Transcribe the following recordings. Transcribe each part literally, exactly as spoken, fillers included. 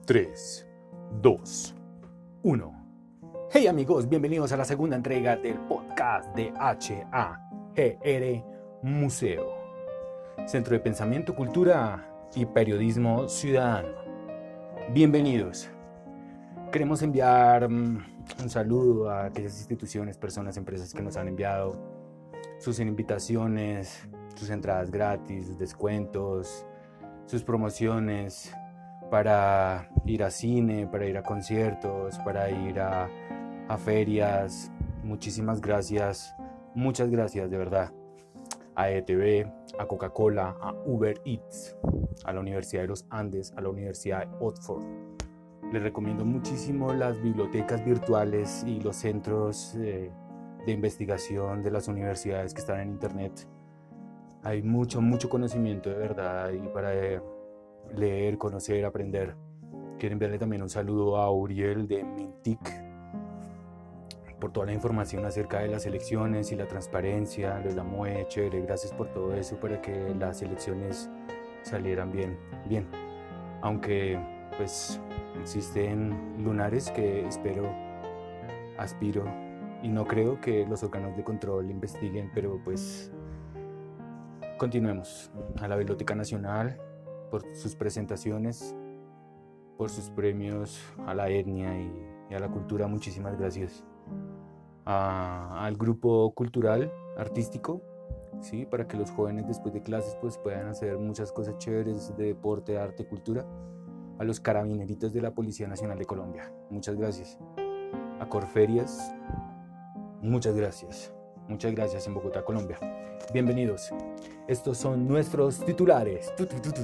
tres, dos, uno. Hey amigos, bienvenidos a la segunda entrega del podcast de H A G R Museo, Centro de Pensamiento, Cultura y Periodismo Ciudadano. Bienvenidos. Queremos enviar um, un saludo a aquellas instituciones, personas, empresas que nos han enviado sus invitaciones, sus entradas gratis, sus descuentos, sus promociones para ir a cine, para ir a conciertos, para ir a, a ferias. Muchísimas gracias, muchas gracias de verdad a E T V, a Coca-Cola, a Uber Eats, a la Universidad de los Andes, a la Universidad de Oxford. Les recomiendo muchísimo las bibliotecas virtuales y los centros eh, de investigación de las universidades que están en internet. Hay mucho, mucho conocimiento de verdad y para eh, leer, conocer, aprender. Quiero enviarle también un saludo a Uriel de Mintic por toda la información acerca de las elecciones y la transparencia, lo de la M O E, chévere, gracias por todo eso para que las elecciones salieran bien, bien. Aunque pues existen lunares que espero, aspiro y no creo que los órganos de control investiguen, pero pues continuemos. A la Biblioteca Nacional por sus presentaciones, por sus premios a la etnia y, y a la cultura, muchísimas gracias. A, al grupo cultural, artístico, ¿sí? Para que los jóvenes después de clases pues puedan hacer muchas cosas chéveres de deporte, arte, cultura. A los carabineritos de la Policía Nacional de Colombia, muchas gracias. A Corferias, muchas gracias. Muchas gracias en Bogotá, Colombia. Bienvenidos. Estos son nuestros titulares.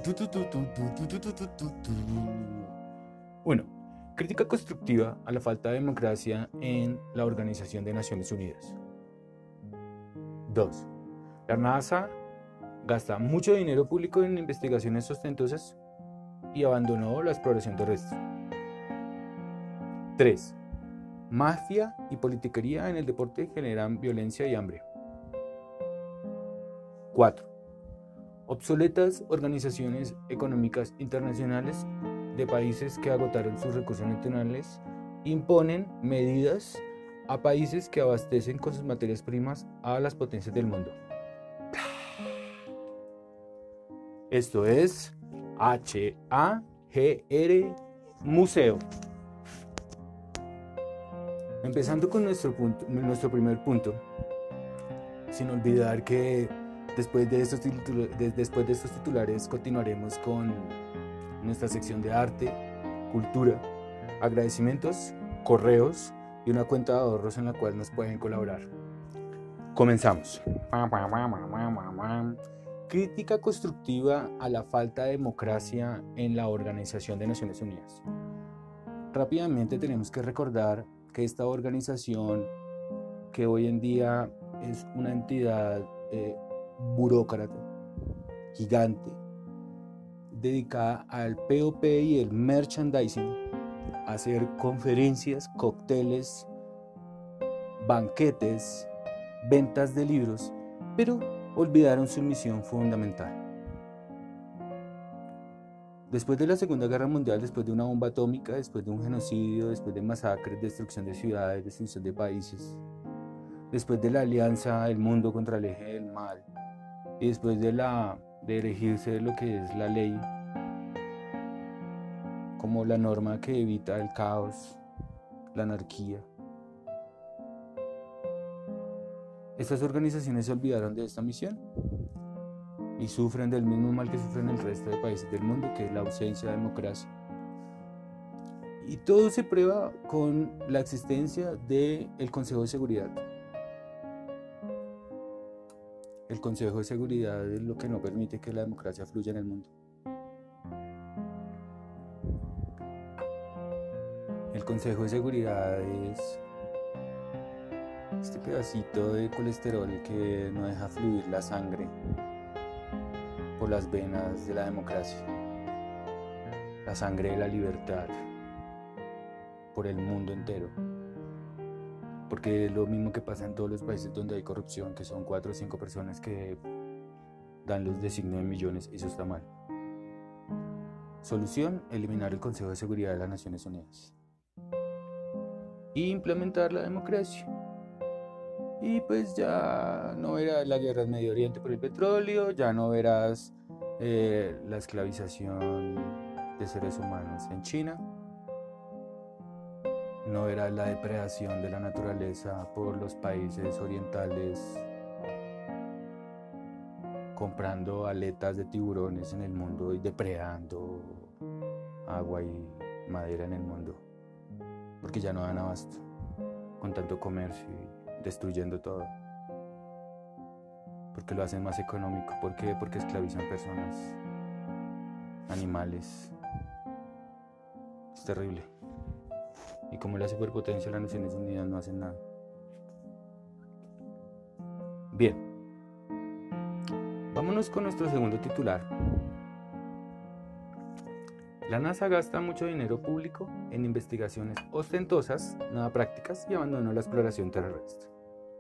uno. Crítica constructiva a la falta de democracia en la Organización de Naciones Unidas. dos. La NASA gasta mucho dinero público en investigaciones ostentosas y abandonó la exploración terrestre. tres. Mafia y politiquería en el deporte generan violencia y hambre. cuatro. Obsoletas organizaciones económicas internacionales de países que agotaron sus recursos naturales imponen medidas a países que abastecen con sus materias primas a las potencias del mundo. Esto es H A G R Museo. Empezando con nuestro, punto, nuestro primer punto, sin olvidar que después de, estos titula- de, después de estos titulares continuaremos con nuestra sección de arte, cultura, agradecimientos, correos y una cuenta de ahorros en la cual nos pueden colaborar. Comenzamos. Crítica constructiva a la falta de democracia en la Organización de Naciones Unidas. Rápidamente tenemos que recordar que esta organización, que hoy en día es una entidad eh, burócrata, gigante, dedicada al P O P y el merchandising, a hacer conferencias, cócteles, banquetes, ventas de libros, pero olvidaron su misión fundamental. Después de la Segunda Guerra Mundial, después de una bomba atómica, después de un genocidio, después de masacres, destrucción de ciudades, destrucción de países, después de la alianza del mundo contra el eje del mal, y después de, la, de erigirse de lo que es la ley como la norma que evita el caos, la anarquía, estas organizaciones se olvidaron de esta misión y sufren del mismo mal que sufren el resto de países del mundo, que es la ausencia de democracia. Y todo se prueba con la existencia del Consejo de Seguridad. El Consejo de Seguridad es lo que no permite que la democracia fluya en el mundo. El Consejo de Seguridad es este pedacito de colesterol que no deja fluir la sangre por las venas de la democracia, la sangre de la libertad por el mundo entero, porque es lo mismo que pasa en todos los países donde hay corrupción, que son cuatro o cinco personas que dan los designios de millones. Eso está mal. Solución: eliminar el Consejo de Seguridad de las Naciones Unidas e implementar la democracia. Y pues ya no verás la guerra en Medio Oriente por el petróleo, ya no verás eh, la esclavización de seres humanos en China, no verás la depredación de la naturaleza por los países orientales comprando aletas de tiburones en el mundo y depredando agua y madera en el mundo, porque ya no dan abasto con tanto comercio y destruyendo todo, porque lo hacen más económico. ¿Por qué? Porque esclavizan personas, animales. Es terrible. Y como la superpotencia de las Naciones Unidas no hacen nada. Bien, vámonos con nuestro segundo titular. La NASA gasta mucho dinero público en investigaciones ostentosas, nada prácticas, y abandonó la exploración terrestre.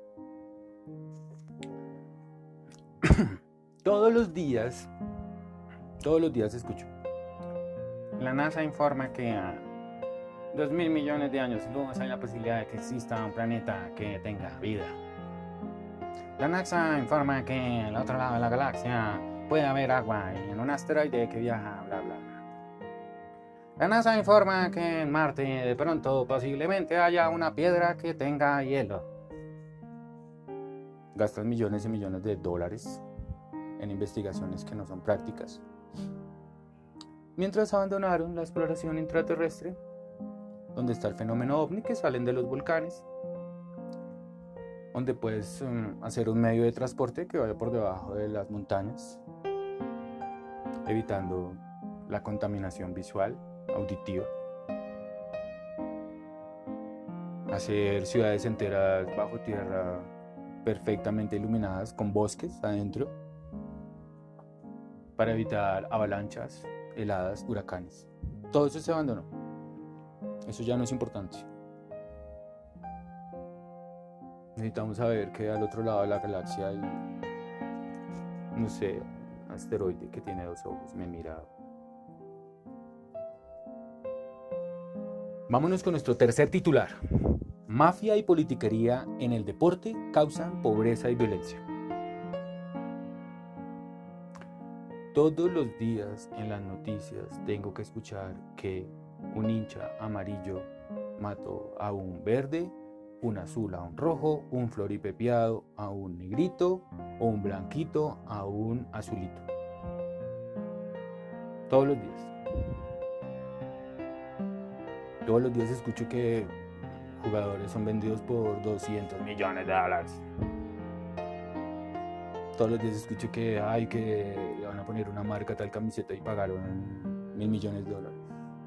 Todos los días, todos los días escucho. La NASA informa que a dos mil millones de años luz hay la posibilidad de que exista un planeta que tenga vida. La NASA informa que al otro lado de la galaxia puede haber agua y en un asteroide que viaja, bla, bla, bla. La NASA informa que en Marte de pronto posiblemente haya una piedra que tenga hielo. Gastan millones y millones de dólares en investigaciones que no son prácticas, mientras abandonaron la exploración intraterrestre, donde está el fenómeno ovni que salen de los volcanes, donde puedes um, hacer un medio de transporte que vaya por debajo de las montañas, evitando la contaminación visual, auditiva. Hacer ciudades enteras bajo tierra perfectamente iluminadas con bosques adentro para evitar avalanchas, heladas, huracanes. Todo eso se abandonó. Eso ya no es importante. Necesitamos saber que al otro lado de la galaxia hay, no sé, un asteroide que tiene dos ojos, me mira. Vámonos con nuestro tercer titular. Mafia y politiquería en el deporte causan pobreza y violencia. Todos los días en las noticias tengo que escuchar que un hincha amarillo mató a un verde, un azul a un rojo, un floripepiado a un negrito o un blanquito a un azulito. Todos los días. Todos los días escucho que jugadores son vendidos por doscientos millones de dólares. Todos los días escucho que hay que le van a poner una marca a tal camiseta y pagaron mil millones de dólares.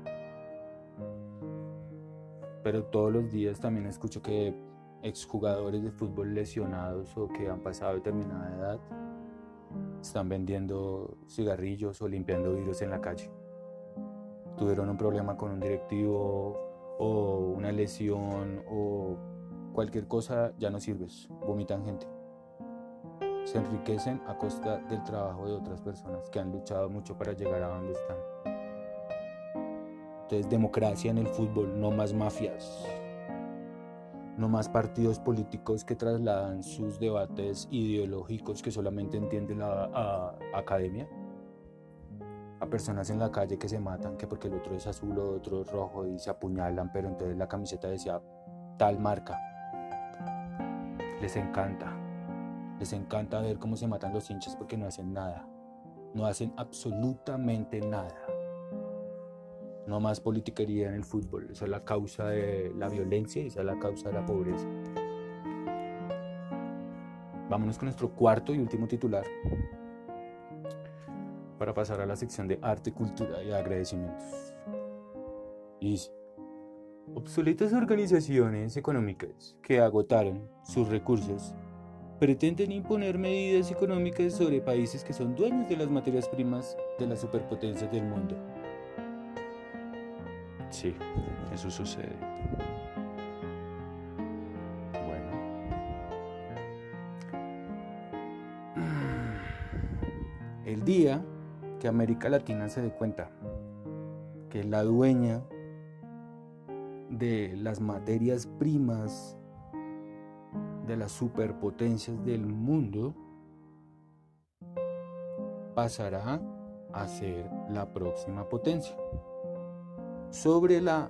Pero todos los días también escucho que exjugadores de fútbol lesionados o que han pasado determinada edad están vendiendo cigarrillos o limpiando vidrios en la calle. Tuvieron un problema con un directivo o una lesión o cualquier cosa, ya no sirves, vomitan gente. Se enriquecen a costa del trabajo de otras personas que han luchado mucho para llegar a donde están. Entonces, democracia en el fútbol, no más mafias, no más partidos políticos que trasladan sus debates ideológicos que solamente entiende la a, academia a personas en la calle que se matan, que porque el otro es azul o otro es rojo y se apuñalan, pero entonces la camiseta decía tal marca. Les encanta, les encanta ver cómo se matan los hinchas porque no hacen nada, no hacen absolutamente nada. No más politiquería en el fútbol, esa es la causa de la violencia y esa es la causa de la pobreza. Vámonos con nuestro cuarto y último titular para pasar a la sección de arte, cultura y agradecimientos. Y dice: obsoletas organizaciones económicas que agotaron sus recursos pretenden imponer medidas económicas sobre países que son dueños de las materias primas de las superpotencias del mundo. Sí, eso sucede. Bueno. El día que América Latina se dé cuenta que es la dueña de las materias primas de las superpotencias del mundo, pasará a ser la próxima potencia. Sobre la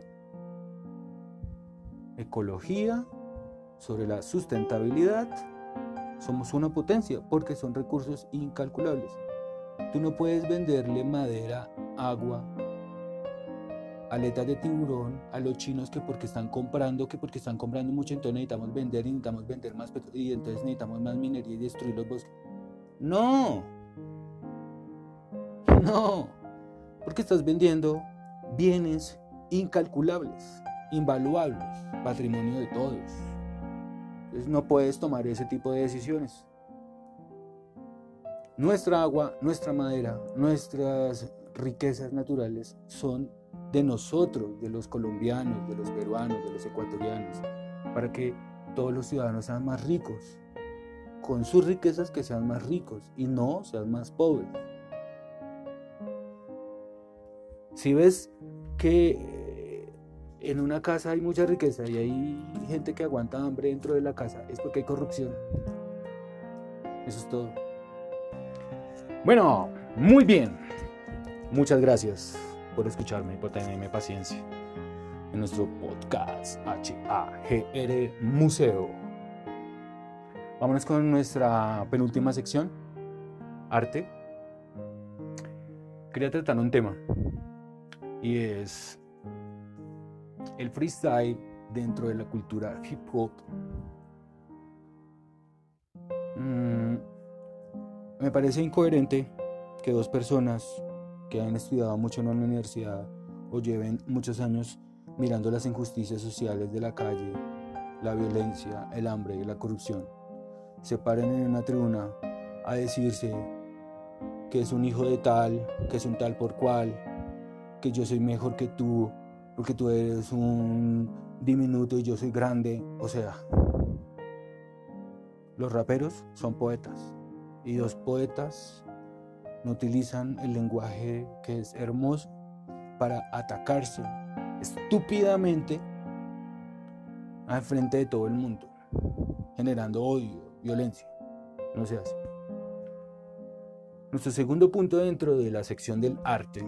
ecología, sobre la sustentabilidad, somos una potencia porque son recursos incalculables. Tú no puedes venderle madera, agua, aletas de tiburón a los chinos que porque están comprando, que porque están comprando mucho, entonces necesitamos vender y necesitamos vender más petróleo y entonces necesitamos más minería y destruir los bosques. No, no, porque estás vendiendo bienes incalculables, invaluables, patrimonio de todos. Entonces no puedes tomar ese tipo de decisiones. Nuestra agua, nuestra madera, nuestras riquezas naturales son de nosotros, de los colombianos, de los peruanos, de los ecuatorianos, para que todos los ciudadanos sean más ricos, con sus riquezas que sean más ricos y no sean más pobres. Si ves que en una casa hay mucha riqueza y hay gente que aguanta hambre dentro de la casa, es porque hay corrupción. Eso es todo. Bueno, muy bien. Muchas gracias por escucharme y por tenerme paciencia en nuestro podcast H A G R Museo. Vámonos con nuestra penúltima sección, arte. Quería tratar un tema y es el freestyle dentro de la cultura hip hop. Mm, me parece incoherente que dos personas que han estudiado mucho en una universidad o lleven muchos años mirando las injusticias sociales de la calle, la violencia, el hambre y la corrupción, se paren en una tribuna a decirse que es un hijo de tal, que es un tal por cual, que yo soy mejor que tú, porque tú eres un diminuto y yo soy grande. O sea, los raperos son poetas y los poetas no utilizan el lenguaje que es hermoso para atacarse estúpidamente al frente de todo el mundo, generando odio, violencia. No se hace. Nuestro segundo punto dentro de la sección del arte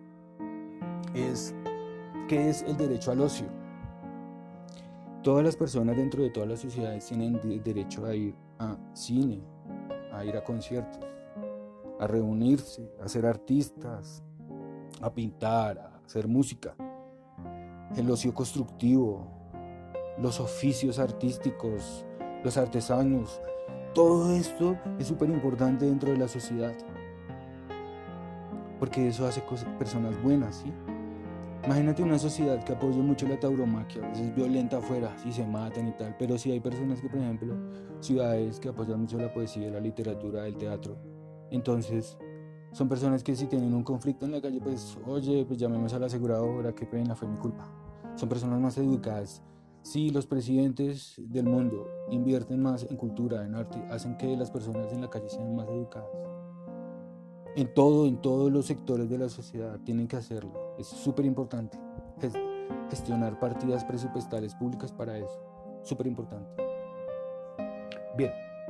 es ¿qué es el derecho al ocio? Todas las personas dentro de todas las sociedades tienen derecho a ir a cine, a ir a conciertos, a reunirse, a ser artistas, a pintar, a hacer música. El ocio constructivo, los oficios artísticos, los artesanos, todo esto es súper importante dentro de la sociedad, porque eso hace cosas, personas buenas, ¿sí? Imagínate una sociedad que apoya mucho la tauromaquia, a veces es violenta afuera, y se matan y tal, pero si hay personas que, por ejemplo, ciudades que apoyan mucho la poesía, la literatura, el teatro, entonces son personas que si tienen un conflicto en la calle, pues, oye, pues llamemos a la aseguradora, qué pena, fue mi culpa. Son personas más educadas. Si los presidentes del mundo invierten más en cultura, en arte, hacen que las personas en la calle sean más educadas. En todo, en todos los sectores de la sociedad tienen que hacerlo. Es súper importante gestionar partidas presupuestales públicas para eso. Súper importante. Bien.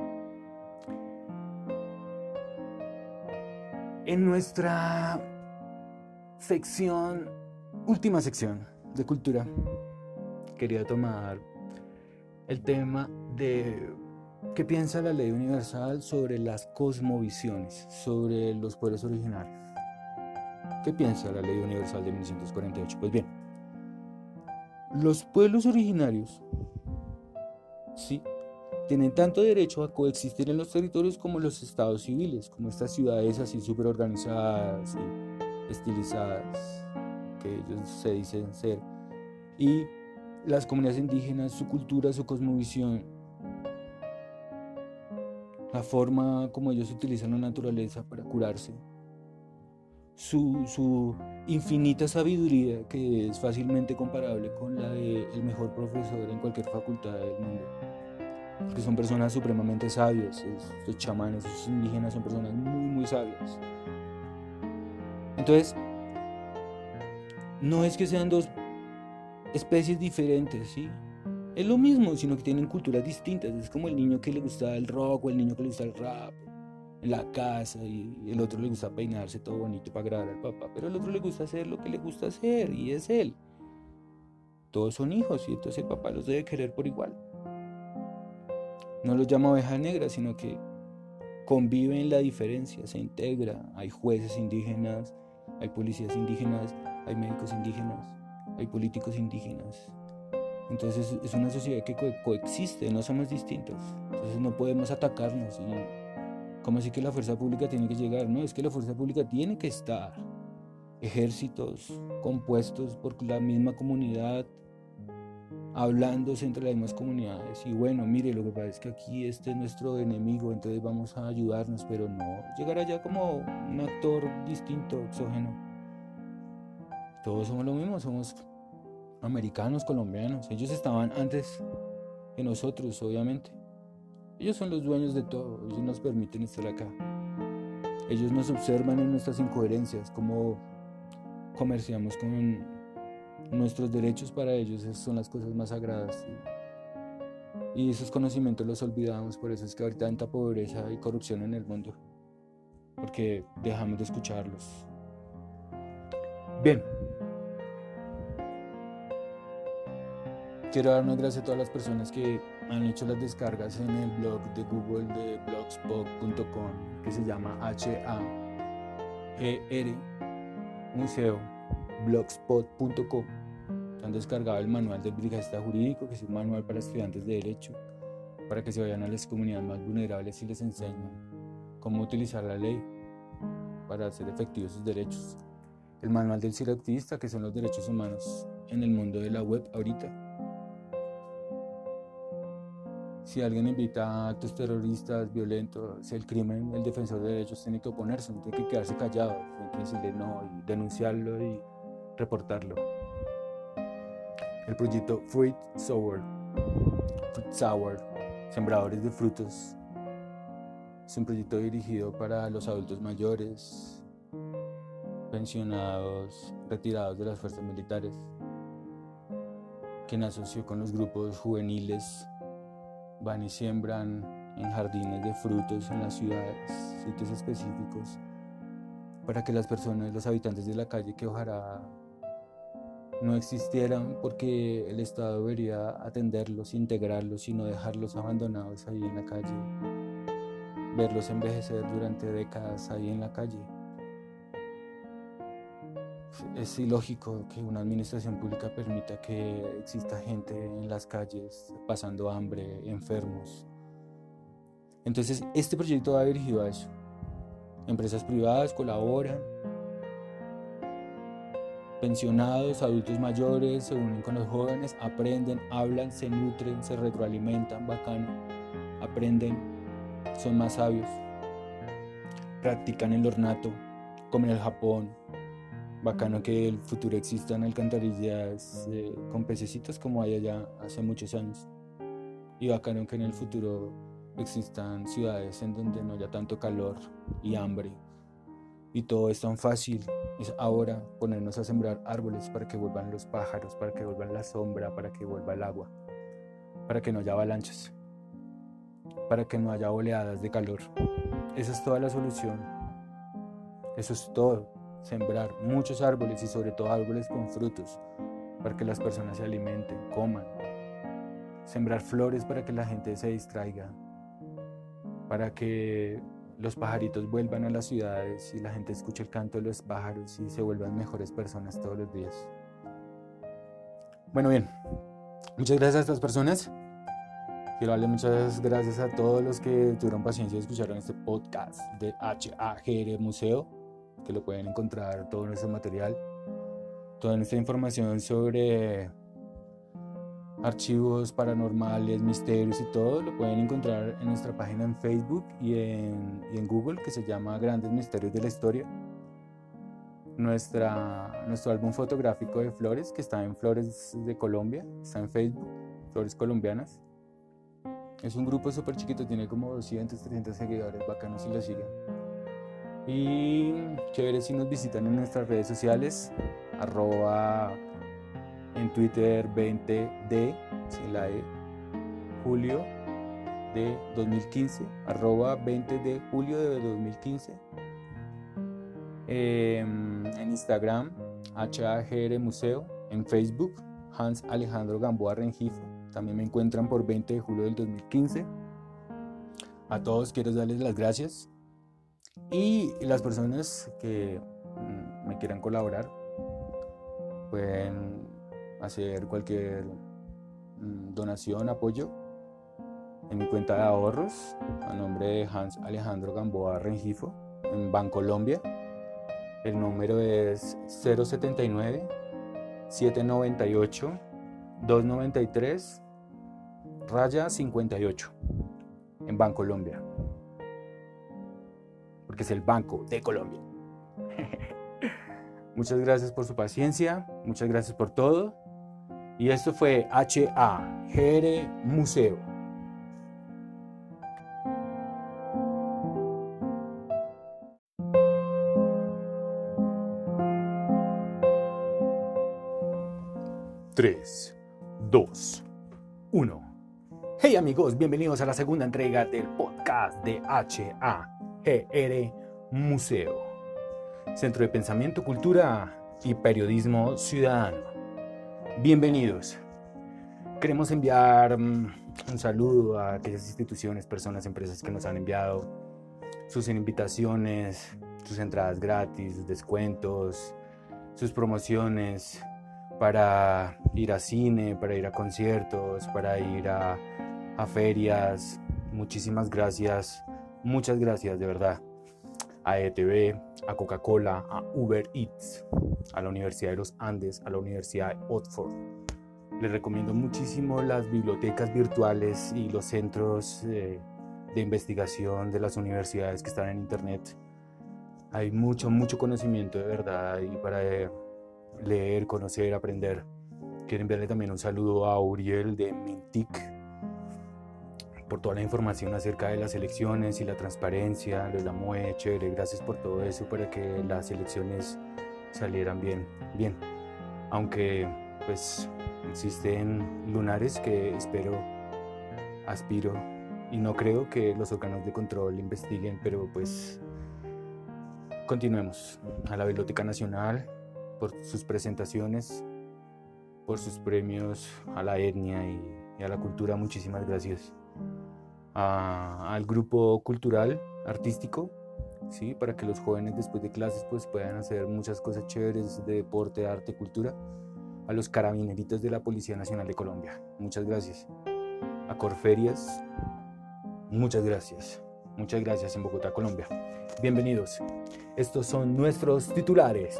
En nuestra sección, última sección de cultura, quería tomar el tema de qué piensa la ley universal sobre las cosmovisiones, sobre los pueblos originarios. ¿Qué piensa la ley universal de mil novecientos cuarenta y ocho? Pues bien, los pueblos originarios, sí, tienen tanto derecho a coexistir en los territorios como los estados civiles, como estas ciudades así súper organizadas y estilizadas que ellos se dicen ser. Y las comunidades indígenas, su cultura, su cosmovisión, la forma como ellos utilizan la naturaleza para curarse, su, su infinita sabiduría que es fácilmente comparable con la del mejor profesor en cualquier facultad del mundo. Porque son personas supremamente sabias, estos chamanes, estos indígenas son personas muy, muy sabias. Entonces, no es que sean dos especies diferentes, ¿sí? Es lo mismo, sino que tienen culturas distintas. Es como el niño que le gusta el rock o el niño que le gusta el rap en la casa, y el otro le gusta peinarse todo bonito para agradar al papá, pero el otro le gusta hacer lo que le gusta hacer y es él. Todos son hijos y entonces el papá los debe querer por igual. No los llama ovejas negras, sino que convive en la diferencia, se integra. Hay jueces indígenas, hay policías indígenas, hay médicos indígenas, hay políticos indígenas. Entonces es una sociedad que co- coexiste, no somos distintos. Entonces no podemos atacarnos. Y como así que la fuerza pública tiene que llegar, no, es que la fuerza pública tiene que estar. Ejércitos compuestos por la misma comunidad, hablándose entre las mismas comunidades. Y bueno, mire, lo que pasa es que aquí este es nuestro enemigo, entonces vamos a ayudarnos, pero no llegar allá como un actor distinto, exógeno. Todos somos lo mismo, somos americanos, colombianos. Ellos estaban antes que nosotros, obviamente. Ellos son los dueños de todo, ellos nos permiten estar acá. Ellos nos observan en nuestras incoherencias, cómo comerciamos con nuestros derechos. Para ellos esas son las cosas más sagradas. Y, y esos conocimientos los olvidamos, por eso es que ahorita hay tanta pobreza y corrupción en el mundo, porque dejamos de escucharlos. Bien. Quiero dar unas gracias a todas las personas que han hecho las descargas en el blog de Google de blogspot punto com, que se llama H A G R Museo, blogspot punto com. Han descargado el manual del brigadista jurídico, que es un manual para estudiantes de derecho, para que se vayan a las comunidades más vulnerables y les enseñen cómo utilizar la ley para hacer efectivos sus derechos. El manual del ciberactivista, que son los derechos humanos en el mundo de la web ahorita. Si alguien invita a actos terroristas, violentos, el crimen, el defensor de derechos tiene que oponerse, no tiene que quedarse callado, tiene que decirle no y denunciarlo y reportarlo. El proyecto Fruit Sour, Fruit Sour, Sembradores de Frutos, es un proyecto dirigido para los adultos mayores, pensionados, retirados de las fuerzas militares, quien asoció con los grupos juveniles. Van y siembran en jardines de frutos en las ciudades, sitios específicos, para que las personas, los habitantes de la calle, que ojalá no existieran, porque el Estado debería atenderlos, integrarlos y no dejarlos abandonados ahí en la calle, verlos envejecer durante décadas ahí en la calle. Es ilógico que una administración pública permita que exista gente en las calles pasando hambre, enfermos. Entonces, este proyecto va dirigido a eso. Empresas privadas colaboran, pensionados, adultos mayores se unen con los jóvenes, aprenden, hablan, se nutren, se retroalimentan, bacano, aprenden, son más sabios, practican el ornato, como en el Japón. Bacano que el futuro existan alcantarillas eh, con pececitos como hay allá hace muchos años. Y bacano que en el futuro existan ciudades en donde no haya tanto calor y hambre. Y todo es tan fácil. Es ahora ponernos a sembrar árboles para que vuelvan los pájaros, para que vuelvan la sombra, para que vuelva el agua, para que no haya avalanchas, para que no haya oleadas de calor. Esa es toda la solución. Eso es todo. Sembrar muchos árboles y sobre todo árboles con frutos para que las personas se alimenten, coman. Sembrar flores para que la gente se distraiga, para que los pajaritos vuelvan a las ciudades y la gente escuche el canto de los pájaros y se vuelvan mejores personas todos los días. Bueno, bien, muchas gracias a estas personas. Quiero darle muchas gracias a todos los que tuvieron paciencia y escucharon este podcast de H A G R Museo, que lo pueden encontrar todo nuestro material, toda nuestra información sobre archivos paranormales, misterios y todo, lo pueden encontrar en nuestra página en Facebook y en, y en Google, que se llama Grandes Misterios de la Historia. Nuestra, nuestro álbum fotográfico de flores, que está en Flores de Colombia, está en Facebook, Flores Colombianas. Es un grupo súper chiquito, tiene como doscientos, trescientos seguidores, bacanos si lo siguen. Y chévere si nos visitan en nuestras redes sociales. arroba en Twitter veinte de, sin la E, julio de dos mil quince, arroba veinte de julio de dos mil quince. Eh, en Instagram, H A G R Museo. En Facebook, Hans Alejandro Gamboa Rengifo. También me encuentran por veinte de julio del dos mil quince. A todos quiero darles las gracias. Y las personas que mm, me quieran colaborar pueden hacer cualquier mm, donación, apoyo en mi cuenta de ahorros a nombre de Hans Alejandro Gamboa Rengifo en Bancolombia. El número es cero setenta y nueve, setecientos noventa y ocho, doscientos noventa y tres, raya cincuenta y ocho en Bancolombia. Porque es el Banco de Colombia. Muchas gracias por su paciencia, muchas gracias por todo. Y esto fue H A G R Museo. tres, dos, uno. Hey amigos, bienvenidos a la segunda entrega del podcast de H A G R Museo, Centro de Pensamiento, Cultura y Periodismo Ciudadano. Bienvenidos. Queremos enviar um, un saludo a aquellas instituciones, personas, empresas que nos han enviado sus invitaciones, sus entradas gratis, sus descuentos, sus promociones para ir a cine, para ir a conciertos, para ir a, a ferias. Muchísimas gracias, muchas gracias de verdad a E T V, a Coca-Cola, a Uber Eats, a la Universidad de los Andes, a la Universidad de Oxford. Les recomiendo muchísimo las bibliotecas virtuales y los centros eh, de investigación de las universidades que están en internet. Hay mucho, mucho conocimiento de verdad y para eh, leer, conocer, aprender. Quiero enviarle también un saludo a Uriel de Mintic por toda la información acerca de las elecciones y la transparencia, lo de la M O E, chévere, gracias por todo eso para que las elecciones salieran bien, bien. Aunque pues existen lunares que espero, aspiro y no creo que los órganos de control investiguen, pero pues continuemos. A la Biblioteca Nacional por sus presentaciones, por sus premios a la etnia y, y a la cultura, muchísimas gracias. A, al grupo cultural, artístico, ¿sí? Para que los jóvenes después de clases pues puedan hacer muchas cosas chéveres de deporte, arte, cultura. A los carabineritos de la Policía Nacional de Colombia, muchas gracias. A Corferias, muchas gracias. Muchas gracias en Bogotá, Colombia. Bienvenidos. Estos son nuestros titulares.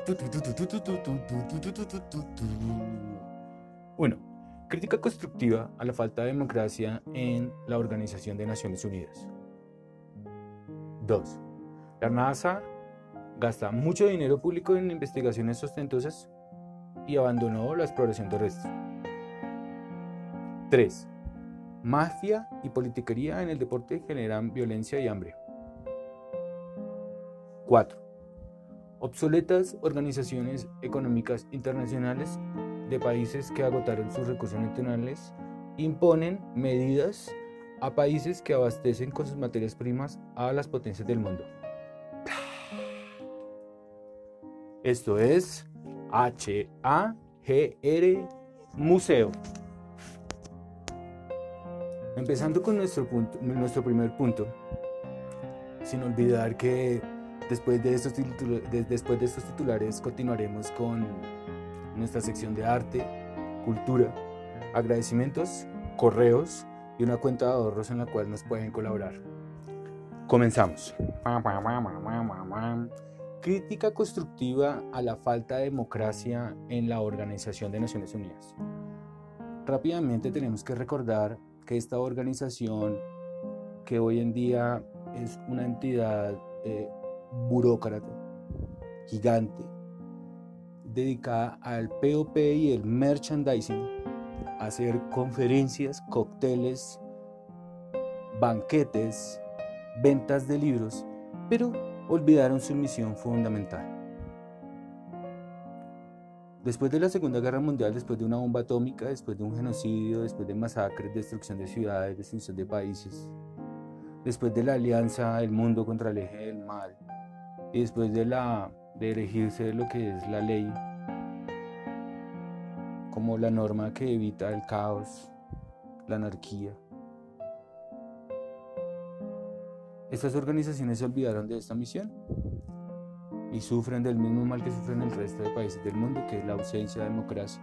uno. Crítica constructiva a la falta de democracia en la Organización de Naciones Unidas. dos. La NASA gasta mucho dinero público en investigaciones ostentosas y abandonó la exploración terrestre. tres. Mafia y politiquería en el deporte generan violencia y hambre. cuatro. Obsoletas organizaciones económicas internacionales de países que agotaron sus recursos naturales imponen medidas a países que abastecen con sus materias primas a las potencias del mundo. Esto es H A G R Museo. Empezando con nuestro, punto, nuestro primer punto, sin olvidar que después de, estos titulares, de, después de estos titulares continuaremos con nuestra sección de arte, cultura, agradecimientos, correos y una cuenta de ahorros en la cual nos pueden colaborar. Comenzamos. Crítica constructiva a la falta de democracia en la Organización de Naciones Unidas. Rápidamente tenemos que recordar que esta organización, que hoy en día es una entidad eh, burócrata, gigante, dedicada al P O P y el merchandising, a hacer conferencias, cócteles, banquetes, ventas de libros, pero olvidaron su misión fundamental. Después de la Segunda Guerra Mundial, después de una bomba atómica, después de un genocidio, después de masacres, destrucción de ciudades, destrucción de países, después de la alianza del mundo contra el eje del mal, y después de, la, de elegirse lo que es la ley como la norma que evita el caos, la anarquía, estas organizaciones se olvidaron de esta misión y sufren del mismo mal que sufren el resto de países del mundo, que es la ausencia de democracia.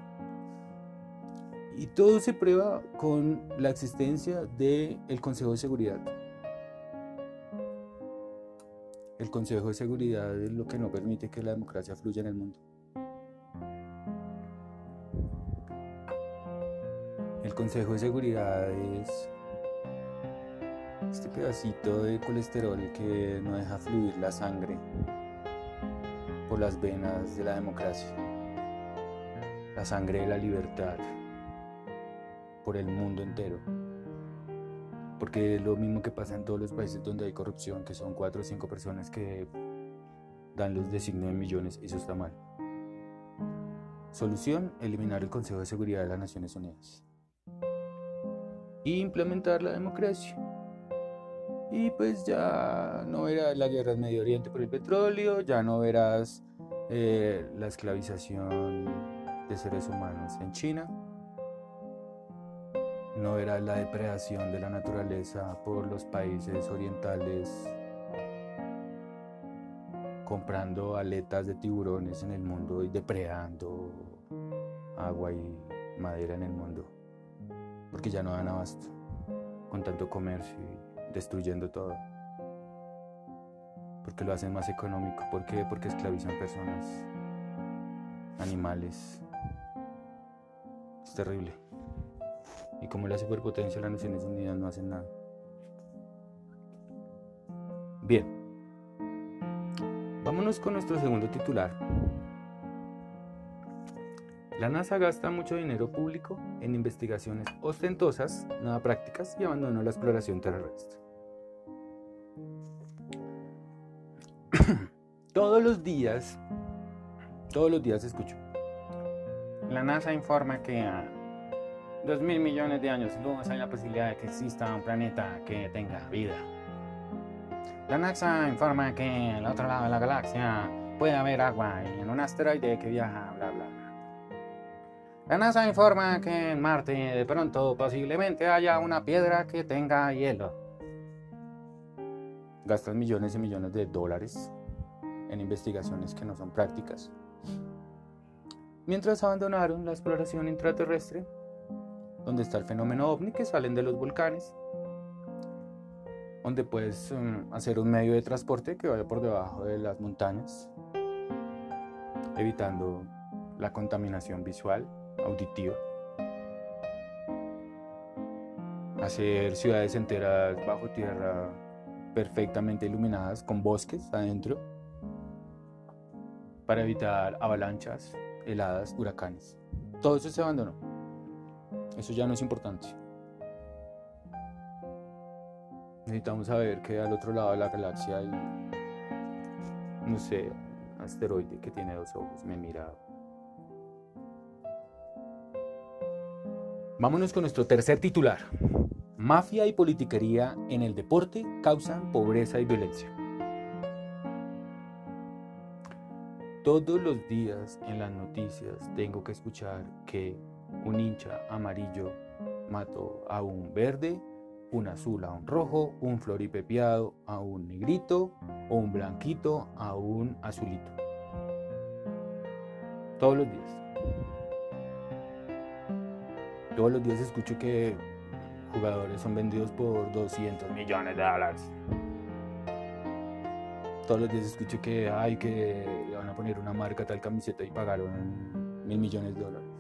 Y todo se prueba con la existencia del Consejo de Seguridad. El Consejo de Seguridad es lo que no permite que la democracia fluya en el mundo. El Consejo de Seguridad es este pedacito de colesterol que no deja fluir la sangre por las venas de la democracia, la sangre de la libertad por el mundo entero, porque es lo mismo que pasa en todos los países donde hay corrupción, que son cuatro o cinco personas que dan los designios de millones, y eso está mal. Solución: eliminar el Consejo de Seguridad de las Naciones Unidas y implementar la democracia. Y pues ya no verás la guerra en Medio Oriente por el petróleo, ya no verás eh, la esclavización de seres humanos en China, no verás la depredación de la naturaleza por los países orientales comprando aletas de tiburones en el mundo y depredando agua y madera en el mundo, porque ya no dan abasto con tanto comercio y destruyendo todo, porque lo hacen más económico. ¿Por qué? Porque esclavizan personas, animales. Es terrible. Y como la superpotencia de las Naciones Unidas no hacen nada. Bien, vámonos con nuestro segundo titular. La NASA gasta mucho dinero público en investigaciones ostentosas, nada prácticas, y abandonó la exploración terrestre. Todos los días, todos los días escucho. La NASA informa que a dos mil millones de años luz hay la posibilidad de que exista un planeta que tenga vida. La NASA informa que al otro lado de la galaxia puede haber agua y en un asteroide que viaja, bla, bla, bla. La NASA informa que en Marte de pronto posiblemente haya una piedra que tenga hielo. Gastan millones y millones de dólares en investigaciones que no son prácticas, mientras abandonaron la exploración intraterrestre, donde está el fenómeno ovni, que salen de los volcanes, donde puedes um, hacer un medio de transporte que vaya por debajo de las montañas, evitando la contaminación visual, auditiva, hacer ciudades enteras bajo tierra perfectamente iluminadas con bosques adentro para evitar avalanchas, heladas, huracanes. Todo eso se abandonó. Eso ya no es importante. Necesitamos saber que al otro lado de la galaxia hay, no sé, un asteroide que tiene dos ojos, me mira. Vámonos con nuestro tercer titular. Mafia y politiquería en el deporte causan pobreza y violencia. Todos los días en las noticias tengo que escuchar que un hincha amarillo mató a un verde, un azul a un rojo, un floripepiado a un negrito o un blanquito a un azulito. Todos los días. Todos los días escucho que jugadores son vendidos por doscientos millones de dólares. Todos los días escucho que ay, que le van a poner una marca a tal camiseta y pagaron mil millones de dólares.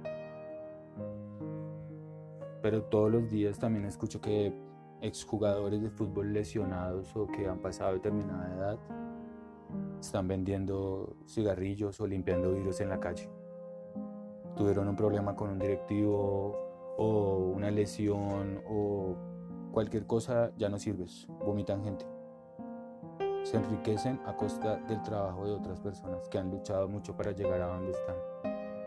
Pero todos los días también escucho que exjugadores de fútbol lesionados o que han pasado determinada edad están vendiendo cigarrillos o limpiando vidrios en la calle. Tuvieron un problema con un directivo o una lesión o cualquier cosa, ya no sirves, vomitan gente. Se enriquecen a costa del trabajo de otras personas que han luchado mucho para llegar a donde están.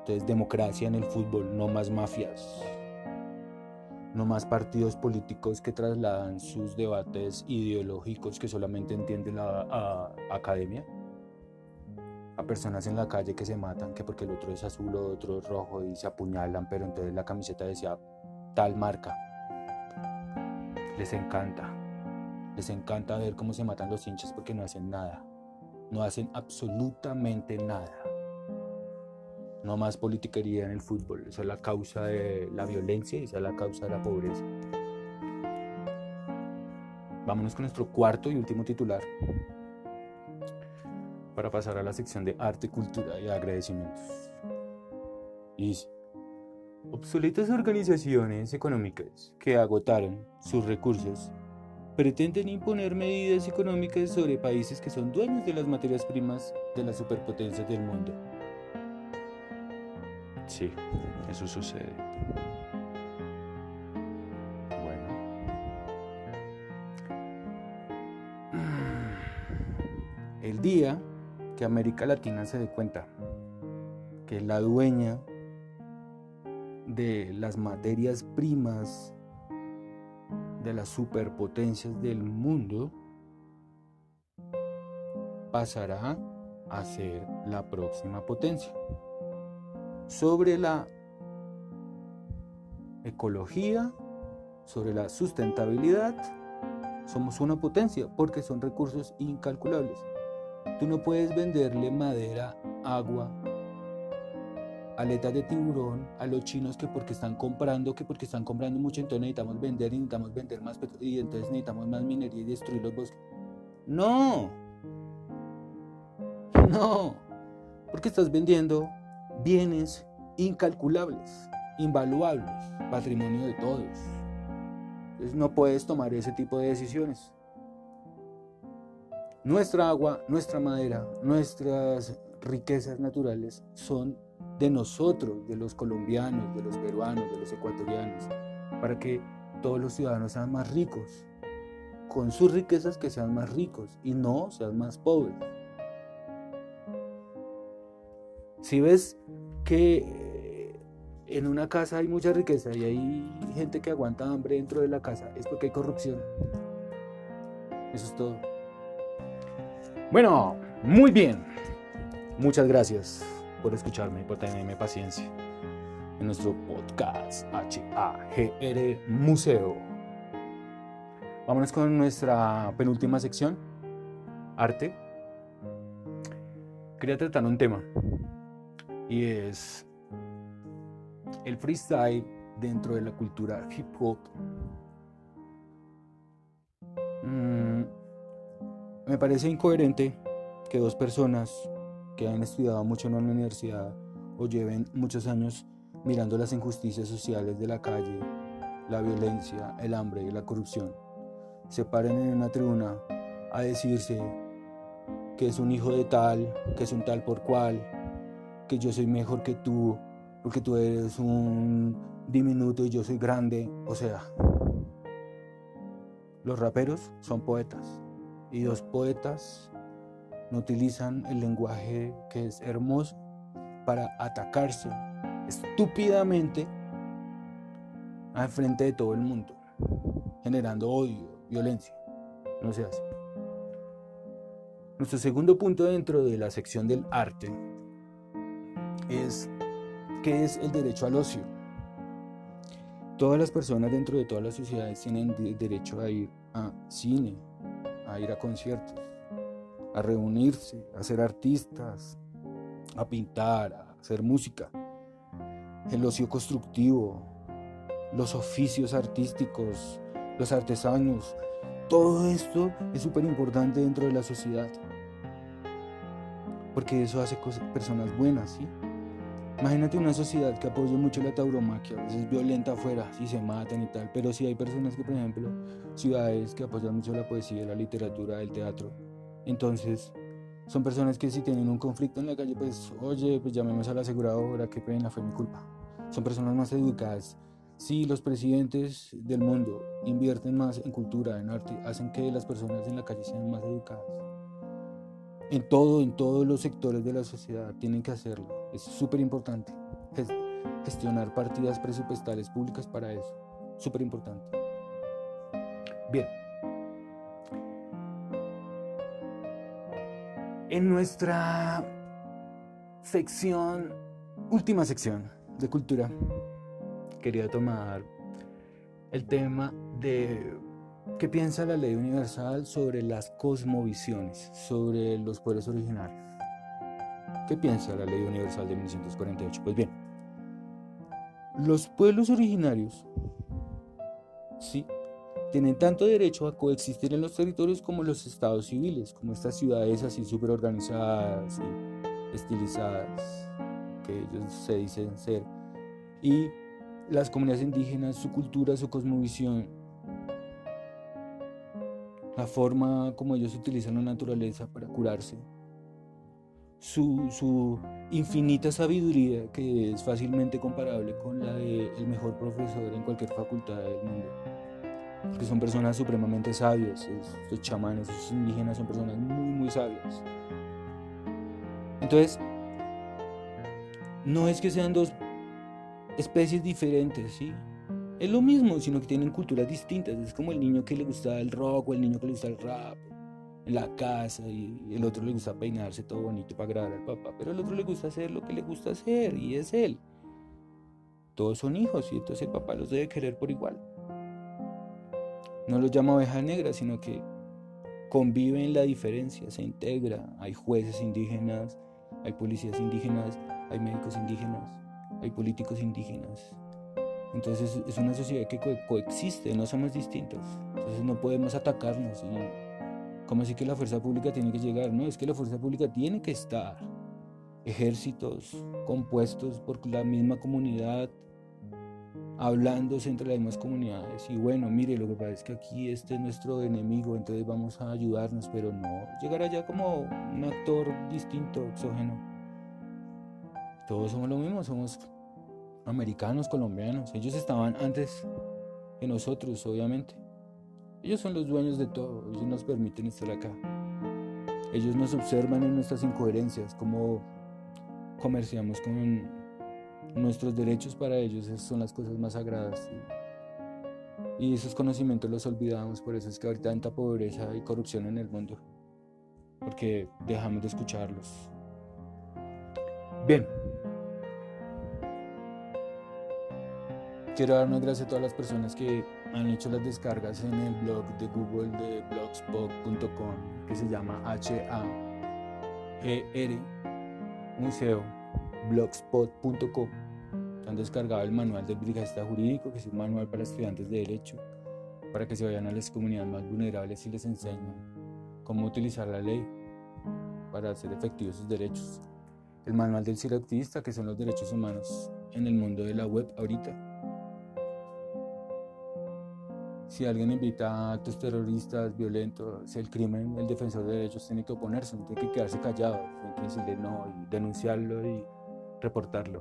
Entonces, democracia en el fútbol, no más mafias, no más partidos políticos que trasladan sus debates ideológicos que solamente entiende la a, academia a personas en la calle que se matan, que porque el otro es azul o otro es rojo y se apuñalan, pero entonces la camiseta decía tal marca. Les encanta, les encanta ver cómo se matan los hinchas porque no hacen nada, no hacen absolutamente nada. No más politiquería en el fútbol, esa es la causa de la violencia y esa es la causa de la pobreza. Vámonos con nuestro cuarto y último titular para pasar a la sección de arte, cultura y agradecimientos. Y dice: obsoletas organizaciones económicas que agotaron sus recursos pretenden imponer medidas económicas sobre países que son dueños de las materias primas de las superpotencias del mundo. Sí, eso sucede. Bueno. El día que América Latina se dé cuenta que es la dueña de las materias primas de las superpotencias del mundo, pasará a ser la próxima potencia. Sobre la ecología, sobre la sustentabilidad, somos una potencia porque son recursos incalculables. Tú no puedes venderle madera, agua, aletas de tiburón a los chinos que porque están comprando, que porque están comprando mucho, entonces necesitamos vender y necesitamos vender más petróleo y entonces necesitamos más minería y destruir los bosques. No, no, porque estás vendiendo bienes incalculables, invaluables, patrimonio de todos. Entonces no puedes tomar ese tipo de decisiones. Nuestra agua, nuestra madera, nuestras riquezas naturales son de nosotros, de los colombianos, de los peruanos, de los ecuatorianos, para que todos los ciudadanos sean más ricos, con sus riquezas que sean más ricos y no sean más pobres. Si ves que en una casa hay mucha riqueza y hay gente que aguanta hambre dentro de la casa, es porque hay corrupción. Eso es todo. Bueno, muy bien. Muchas gracias por escucharme y por tenerme paciencia en nuestro podcast H A G R Museo. Vámonos con nuestra penúltima sección, arte. Quería tratar un tema y es el freestyle dentro de la cultura hip hop. Mm, me parece incoherente que dos personas que han estudiado mucho en una universidad o lleven muchos años mirando las injusticias sociales de la calle, la violencia, el hambre y la corrupción, se paren en una tribuna a decirse que es un hijo de tal, que es un tal por cual, que yo soy mejor que tú, porque tú eres un diminuto y yo soy grande. O sea, los raperos son poetas y los poetas no utilizan el lenguaje que es hermoso para atacarse estúpidamente al frente de todo el mundo, generando odio, violencia. No se hace. Nuestro segundo punto dentro de la sección del arte es ¿qué es el derecho al ocio? Todas las personas dentro de todas las sociedades tienen derecho a ir a cine, a ir a conciertos, a reunirse, a ser artistas, a pintar, a hacer música. El ocio constructivo, los oficios artísticos, los artesanos, todo esto es súper importante dentro de la sociedad, porque eso hace cosas, personas buenas, ¿sí? Imagínate una sociedad que apoya mucho la tauromaquia, a veces es violenta afuera, si se matan y tal, pero si hay personas que, por ejemplo, ciudades que apoyan mucho la poesía, la literatura, el teatro, entonces son personas que si tienen un conflicto en la calle, pues, oye, pues llamemos a la aseguradora, qué pena, fue mi culpa. Son personas más educadas. Si los presidentes del mundo invierten más en cultura, en arte, hacen que las personas en la calle sean más educadas. En todo, en todos los sectores de la sociedad tienen que hacerlo. Es súper importante. gestionar partidas presupuestales públicas para eso. Súper importante. Bien. En nuestra sección, última sección de cultura, quería tomar el tema de qué piensa la ley universal sobre las cosmovisiones, sobre los pueblos originarios. ¿Qué piensa la ley universal de mil novecientos cuarenta y ocho? Pues bien, los pueblos originarios, sí, tienen tanto derecho a coexistir en los territorios como los estados civiles, como estas ciudades así súper organizadas y estilizadas que ellos se dicen ser. Y las comunidades indígenas, su cultura, su cosmovisión, la forma como ellos utilizan la naturaleza para curarse, su, su infinita sabiduría que es fácilmente comparable con la del mejor profesor en cualquier facultad del mundo. Porque son personas supremamente sabias, estos chamanes, estos indígenas son personas muy, muy sabias. Entonces, no es que sean dos especies diferentes, ¿sí? Es lo mismo, sino que tienen culturas distintas. Es como el niño que le gusta el rock o el niño que le gusta el rap en la casa, y el otro le gusta peinarse todo bonito para agradar al papá, pero al otro le gusta hacer lo que le gusta hacer, y es él. Todos son hijos, y entonces el papá los debe querer por igual. No los llama ovejas negras, sino que convive en la diferencia, se integra. Hay jueces indígenas, hay policías indígenas, hay médicos indígenas, hay políticos indígenas. Entonces es una sociedad que co- coexiste, no somos distintos. Entonces no podemos atacarnos. Y ¿cómo así que la fuerza pública tiene que llegar? No, es que la fuerza pública tiene que estar. Ejércitos compuestos por la misma comunidad, hablándose entre las mismas comunidades, y bueno, mire, lo que pasa es que aquí este es nuestro enemigo, entonces vamos a ayudarnos, pero no llegar allá como un actor distinto, exógeno. Todos somos lo mismo, somos americanos, colombianos. Ellos estaban antes que nosotros, obviamente. Ellos son los dueños de todo, ellos nos permiten estar acá. Ellos nos observan en nuestras incoherencias, cómo comerciamos con nuestros derechos. Para ellos esas son las cosas más sagradas, y, y esos conocimientos los olvidamos. Por eso es que ahorita hay tanta pobreza y corrupción en el mundo, porque dejamos de escucharlos. Bien, quiero dar unas gracias a todas las personas que han hecho las descargas en el blog de Google de blogspot punto com, que se llama H A G R Museo blogspot punto com. Han descargado el manual del brigadista jurídico, que es un manual para estudiantes de derecho, para que se vayan a las comunidades más vulnerables y les enseñen cómo utilizar la ley para hacer efectivos sus derechos. El manual del ciberactivista, que son los derechos humanos en el mundo de la web ahorita. Si alguien invita a actos terroristas, violentos, el crimen, el defensor de derechos tiene que oponerse, no tiene que quedarse callado, tiene que decirle no y denunciarlo y reportarlo.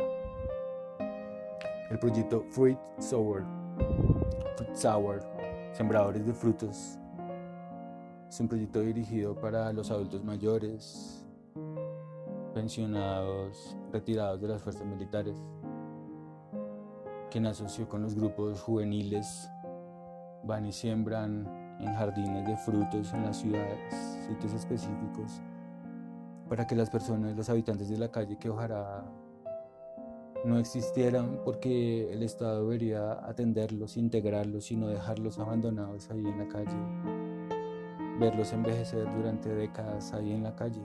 El proyecto Fruit Sour, Fruit Sour, Sembradores de Frutos, es un proyecto dirigido para los adultos mayores, pensionados, retirados de las fuerzas militares, quien asoció con los grupos juveniles, van y siembran en jardines de frutos en las ciudades, sitios específicos, para que las personas, los habitantes de la calle, que ojalá no existieran, porque el Estado debería atenderlos, integrarlos y no dejarlos abandonados ahí en la calle, verlos envejecer durante décadas ahí en la calle.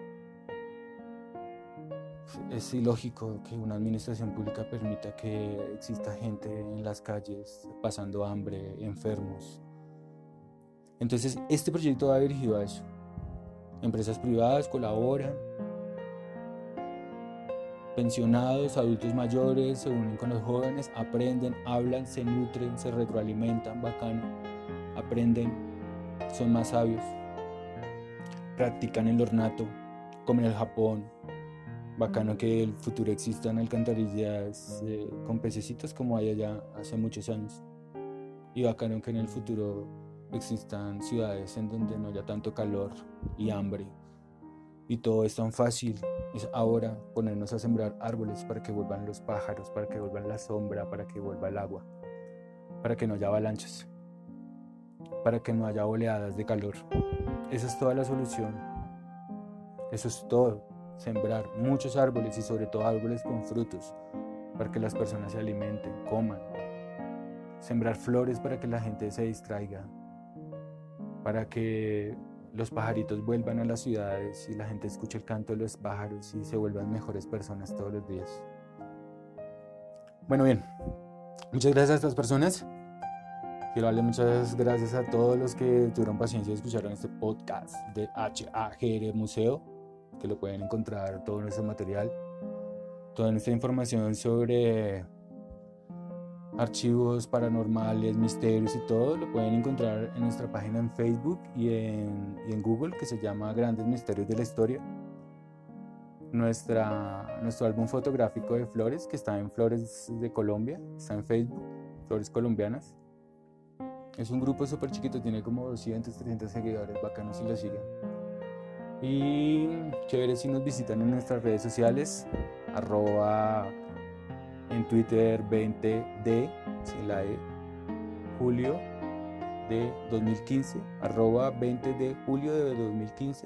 Es ilógico que una administración pública permita que exista gente en las calles pasando hambre, enfermos. Entonces, este proyecto va dirigido a eso. Empresas privadas colaboran, pensionados, adultos mayores se unen con los jóvenes, aprenden, hablan, se nutren, se retroalimentan, bacano, aprenden, son más sabios, practican el ornato, comen el Japón. Bacano que el futuro existan alcantarillas eh, con pececitos como hay allá hace muchos años. Y bacano que en el futuro existan ciudades en donde no haya tanto calor y hambre. Y todo es tan fácil. Es ahora ponernos a sembrar árboles para que vuelvan los pájaros, para que vuelvan la sombra, para que vuelva el agua, para que no haya avalanchas, para que no haya oleadas de calor. Esa es toda la solución. Eso es todo. Sembrar muchos árboles y sobre todo árboles con frutos para que las personas se alimenten, coman. Sembrar flores para que la gente se distraiga, para que los pajaritos vuelvan a las ciudades y la gente escuche el canto de los pájaros y se vuelvan mejores personas todos los días. Bueno, bien, muchas gracias a estas personas. Quiero darle muchas gracias a todos los que tuvieron paciencia y escucharon este podcast de H A G R Museo, que lo pueden encontrar todo nuestro material, toda nuestra información sobre archivos paranormales, misterios y todo, lo pueden encontrar en nuestra página en Facebook y en, y en Google, que se llama Grandes Misterios de la Historia. Nuestra, nuestro álbum fotográfico de flores, que está en Flores de Colombia, está en Facebook, Flores Colombianas. Es un grupo súper chiquito, tiene como doscientos, trescientos seguidores, bacano si lo siguen. Y chévere si nos visitan en nuestras redes sociales, arroba en Twitter veinte de, sin la E, julio de dos mil quince, arroba veinte de julio de dos mil quince.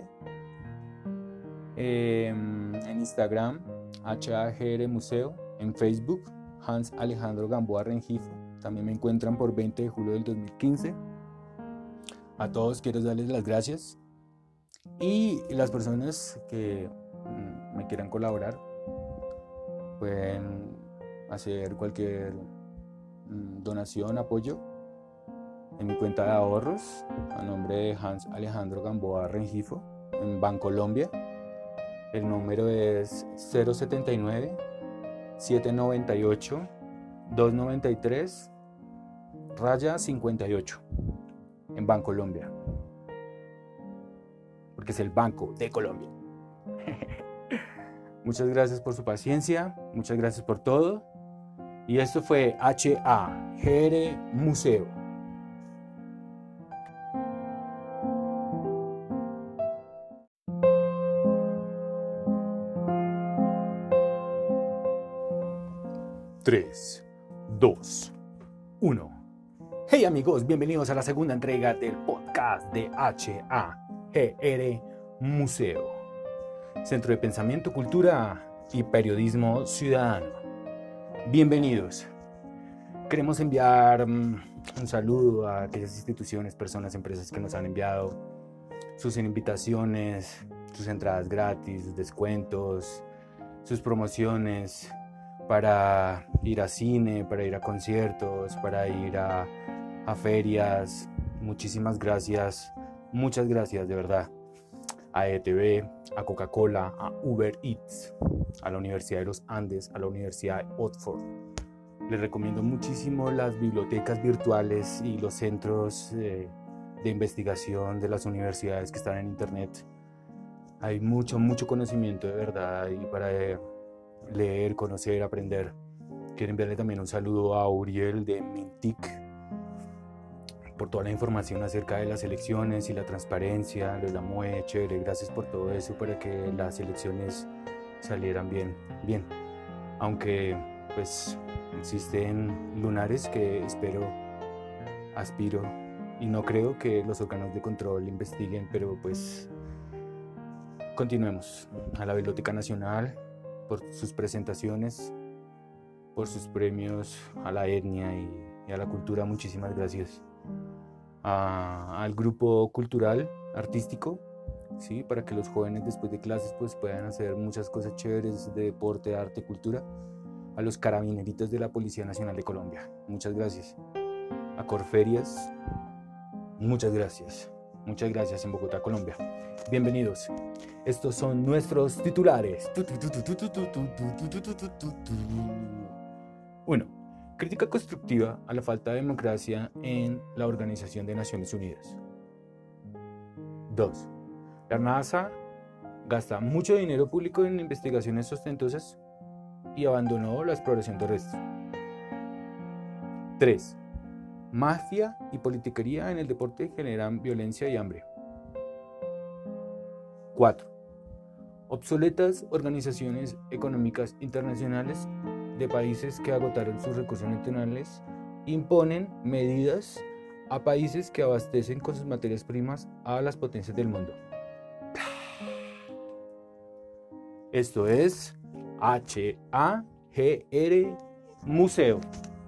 Eh, en Instagram, H A G R Museo. En Facebook, Hans Alejandro Gamboa Rengifo. También me encuentran por veinte de julio del dos mil quince. A todos quiero darles las gracias. Y las personas que mm, me quieran colaborar pueden hacer cualquier mm, donación, apoyo en mi cuenta de ahorros a nombre de Hans Alejandro Gamboa Rengifo en Bancolombia. El número es cero setenta y nueve, setecientos noventa y ocho, doscientos noventa y tres, raya cincuenta y ocho en Bancolombia, porque es el Banco de Colombia. Muchas gracias por su paciencia, muchas gracias por todo. Y esto fue H A G R Museo. tres, dos, uno. Hey amigos, bienvenidos a la segunda entrega del podcast de H A G R Museo, Centro de Pensamiento, Cultura y Periodismo Ciudadano. Bienvenidos. Queremos enviar um, un saludo a aquellas instituciones, personas, empresas que nos han enviado sus invitaciones, sus entradas gratis, sus descuentos, sus promociones para ir a cine, para ir a conciertos, para ir a, a ferias. Muchísimas gracias, muchas gracias de verdad a E T V, a Coca-Cola, a Uber Eats, a la Universidad de los Andes, a la Universidad de Oxford. Les recomiendo muchísimo las bibliotecas virtuales y los centros eh, de investigación de las universidades que están en internet. Hay mucho, mucho conocimiento de verdad y para eh, leer, conocer, aprender. Quiero enviarle también un saludo a Uriel de Mintic por toda la información acerca de las elecciones y la transparencia. Lo llamo muy chévere, gracias por todo eso para que las elecciones salieran bien, bien. Aunque pues existen lunares que espero, aspiro y no creo que los órganos de control investiguen, pero pues continuemos. A la Biblioteca Nacional por sus presentaciones, por sus premios a la etnia y, y a la cultura, muchísimas gracias. A, al grupo cultural, artístico, ¿sí? Para que los jóvenes después de clases pues, puedan hacer muchas cosas chéveres de deporte, arte, cultura. A los carabineritos de la Policía Nacional de Colombia, muchas gracias. A Corferias, muchas gracias. Muchas gracias en Bogotá, Colombia. Bienvenidos. Estos son nuestros titulares. uno. Crítica constructiva a la falta de democracia en la Organización de Naciones Unidas. dos. La NASA gasta mucho dinero público en investigaciones ostentosas y abandonó la exploración terrestre. tres. Mafia y politiquería en el deporte generan violencia y hambre. cuatro. Obsoletas organizaciones económicas internacionales de países que agotaron sus recursos naturales imponen medidas a países que abastecen con sus materias primas a las potencias del mundo. Esto es H A G R Museo.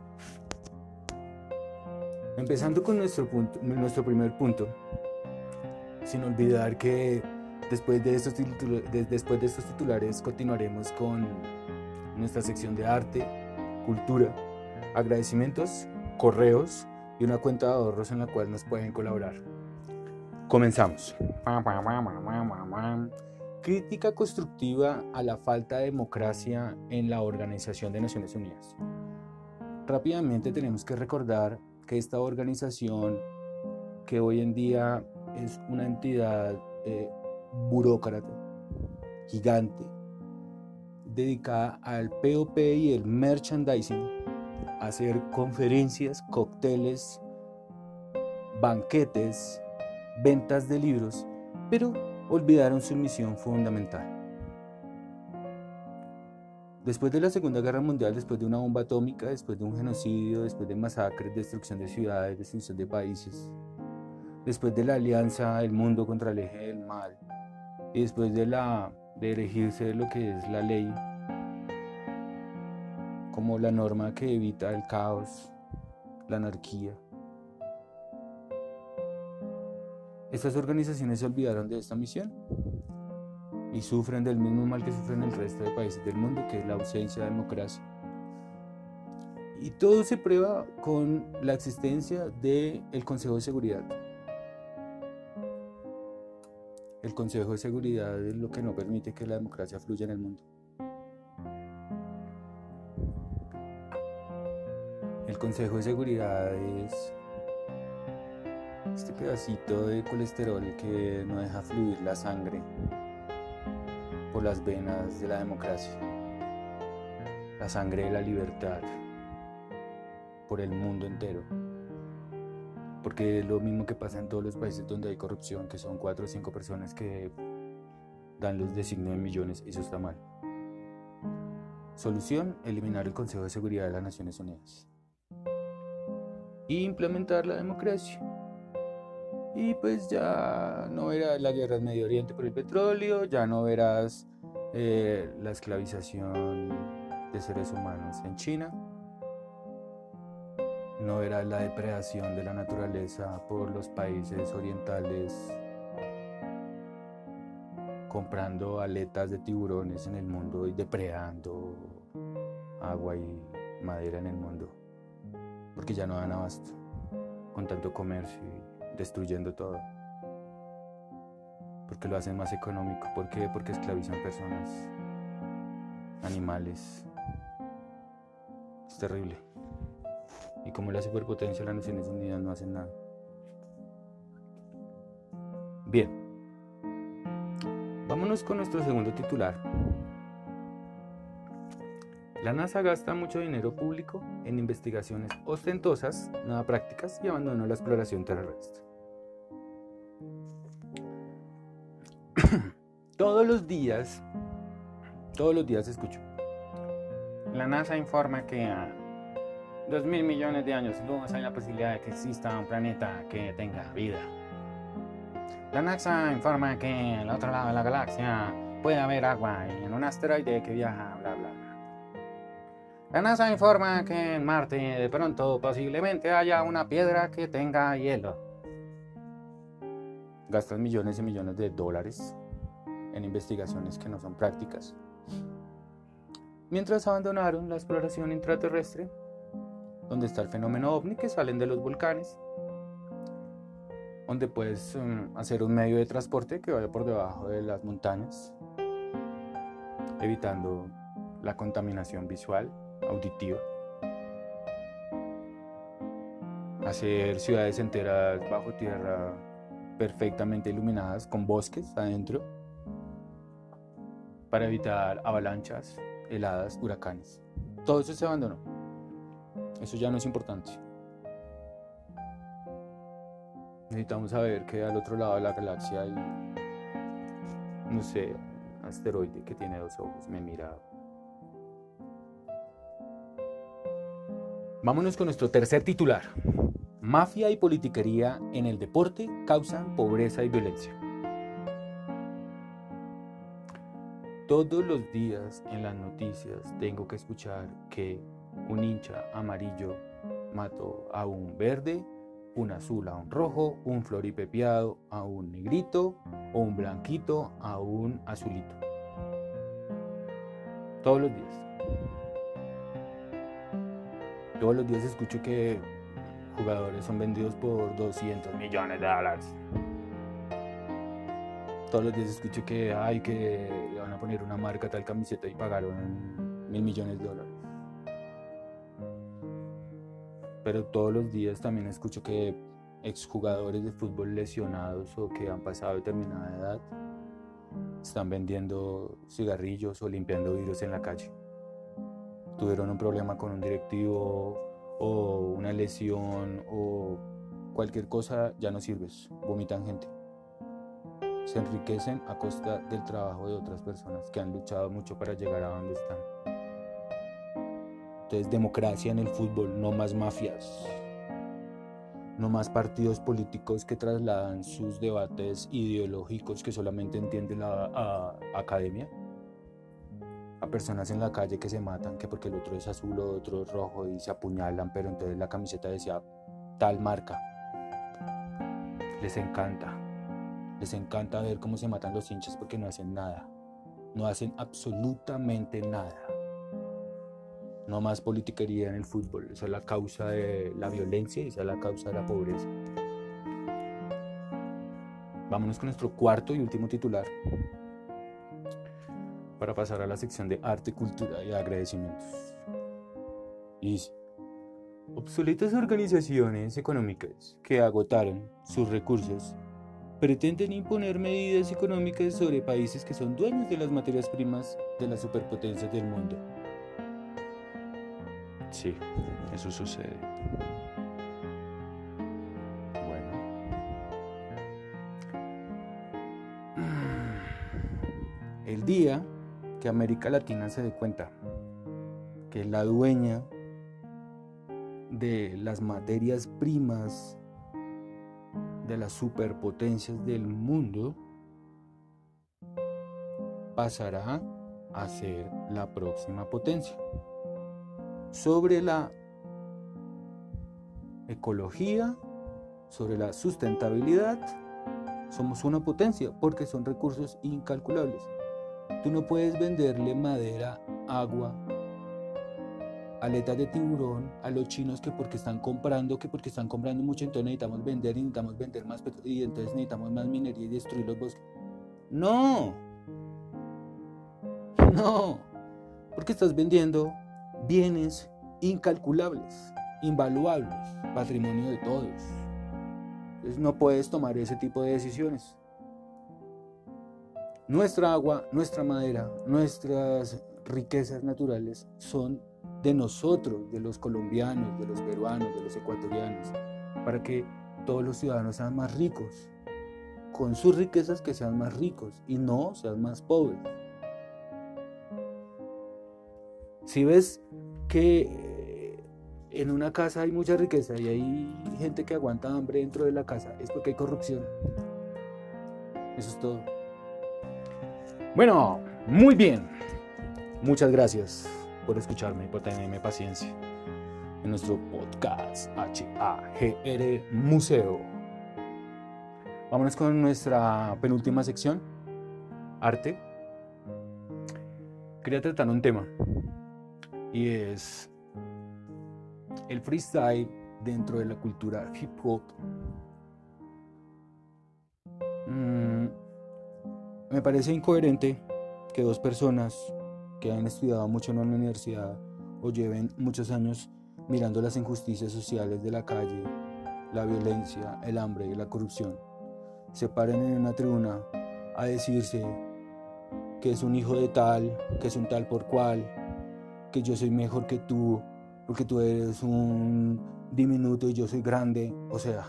Empezando con nuestro, punto, nuestro primer punto, sin olvidar que después de, estos titulares, de, después de estos titulares continuaremos con nuestra sección de arte, cultura, agradecimientos, correos y una cuenta de ahorros en la cual nos pueden colaborar. Comenzamos. Crítica constructiva a la falta de democracia en la Organización de Naciones Unidas. Rápidamente tenemos que recordar que esta organización, que hoy en día es una entidad eh, burócrata, gigante, dedicada al P O P y el merchandising, a hacer conferencias, cócteles, banquetes, ventas de libros, pero olvidaron su misión fundamental. Después de la Segunda Guerra Mundial, después de una bomba atómica, después de un genocidio, después de masacres, destrucción de ciudades, destrucción de países, después de la alianza del mundo contra el eje del mal, y después de, la, de erigirse de lo que es la ley como la norma que evita el caos, la anarquía, estas organizaciones se olvidaron de esta misión y sufren del mismo mal que sufren el resto de países del mundo, que es la ausencia de democracia. Y todo se prueba con la existencia del Consejo de Seguridad. El Consejo de Seguridad es lo que no permite que la democracia fluya en el mundo. El Consejo de Seguridad es este pedacito de colesterol que no deja fluir la sangre por las venas de la democracia, la sangre de la libertad por el mundo entero, porque es lo mismo que pasa en todos los países donde hay corrupción, que son cuatro o cinco personas que dan los designios de millones, y eso está mal. Solución: eliminar el Consejo de Seguridad de las Naciones Unidas y implementar la democracia. Y pues ya no verás la guerra en Medio Oriente por el petróleo, ya no verás eh, la esclavización de seres humanos en China, no verás la depredación de la naturaleza por los países orientales comprando aletas de tiburones en el mundo y depredando agua y madera en el mundo, porque ya no dan abasto con tanto comercio y destruyendo todo, porque lo hacen más económico. ¿Por qué? Porque esclavizan personas, animales. Es terrible. Y como la superpotencia, las Naciones Unidas no hacen nada. Bien, vámonos con nuestro segundo titular. La NASA gasta mucho dinero público en investigaciones ostentosas, nada prácticas, y abandonó la exploración terrestre. Todos los días, todos los días escucho. La NASA informa que a dos mil millones de años luz hay la posibilidad de que exista un planeta que tenga vida. La NASA informa que al otro lado de la galaxia puede haber agua y en un asteroide que viaja, bla, bla, bla. La NASA informa que en Marte de pronto posiblemente haya una piedra que tenga hielo. Gastan millones y millones de dólares en investigaciones que no son prácticas, mientras abandonaron la exploración intraterrestre, donde está el fenómeno ovni, que salen de los volcanes, donde puedes um, hacer un medio de transporte que vaya por debajo de las montañas, evitando la contaminación visual, auditiva, hacer ciudades enteras bajo tierra perfectamente iluminadas con bosques adentro para evitar avalanchas, heladas, huracanes. Todo eso se abandonó. Eso ya no es importante. Necesitamos saber que al otro lado de la galaxia hay, no sé, asteroide que tiene dos ojos me mira. Vámonos con nuestro tercer titular. Mafia y politiquería en el deporte causan pobreza y violencia. Todos los días en las noticias tengo que escuchar que un hincha amarillo mató a un verde, un azul a un rojo, un floripepiado a un negrito o un blanquito a un azulito. Todos los días. Todos los días escucho que jugadores son vendidos por doscientos millones de dólares. Todos los días escucho que ay, que le van a poner una marca a tal camiseta y pagaron mil millones de dólares. Pero todos los días también escucho que exjugadores de fútbol lesionados o que han pasado determinada edad están vendiendo cigarrillos o limpiando vidrios en la calle. Tuvieron un problema con un directivo o una lesión o cualquier cosa, ya no sirves, vomitan gente. Se enriquecen a costa del trabajo de otras personas que han luchado mucho para llegar a donde están. Entonces, democracia en el fútbol, no más mafias, no más partidos políticos que trasladan sus debates ideológicos que solamente entiende la a, academia, a personas en la calle que se matan, que porque el otro es azul o otro es rojo y se apuñalan, pero entonces la camiseta decía tal marca. Les encanta, les encanta ver cómo se matan los hinchas porque no hacen nada, no hacen absolutamente nada. No más politiquería en el fútbol, esa es la causa de la violencia y esa es la causa de la pobreza. Vámonos con nuestro cuarto y último titular para pasar a la sección de arte, cultura y agradecimientos. Y dice: obsoletas organizaciones económicas que agotaron sus recursos pretenden imponer medidas económicas sobre países que son dueños de las materias primas de las superpotencias del mundo. Sí, eso sucede. Bueno. El día que América Latina se dé cuenta que la dueña de las materias primas de las superpotencias del mundo pasará a ser la próxima potencia. Sobre la ecología, sobre la sustentabilidad, somos una potencia porque son recursos incalculables. Tú no puedes venderle madera, agua, aletas de tiburón a los chinos que porque están comprando, que porque están comprando mucho, entonces necesitamos vender y necesitamos vender más petróleo y entonces necesitamos más minería y destruir los bosques. No, no, porque estás vendiendo bienes incalculables, invaluables, patrimonio de todos. Entonces no puedes tomar ese tipo de decisiones. Nuestra agua, nuestra madera, nuestras riquezas naturales son de nosotros, de los colombianos, de los peruanos, de los ecuatorianos, para que todos los ciudadanos sean más ricos, con sus riquezas que sean más ricos y no sean más pobres. Si ves que en una casa hay mucha riqueza y hay gente que aguanta hambre dentro de la casa, es porque hay corrupción. Eso es todo. Bueno, muy bien. Muchas gracias por escucharme y por tenerme paciencia en nuestro podcast H A G R Museo. Vámonos con nuestra penúltima sección, arte. Quería tratar un tema y es el freestyle dentro de la cultura hip hop. Mm, me parece incoherente que dos personas que han estudiado mucho en una universidad o lleven muchos años mirando las injusticias sociales de la calle, la violencia, el hambre y la corrupción, se paren en una tribuna a decirse que es un hijo de tal, que es un tal por cual, que yo soy mejor que tú, porque tú eres un diminuto y yo soy grande. O sea,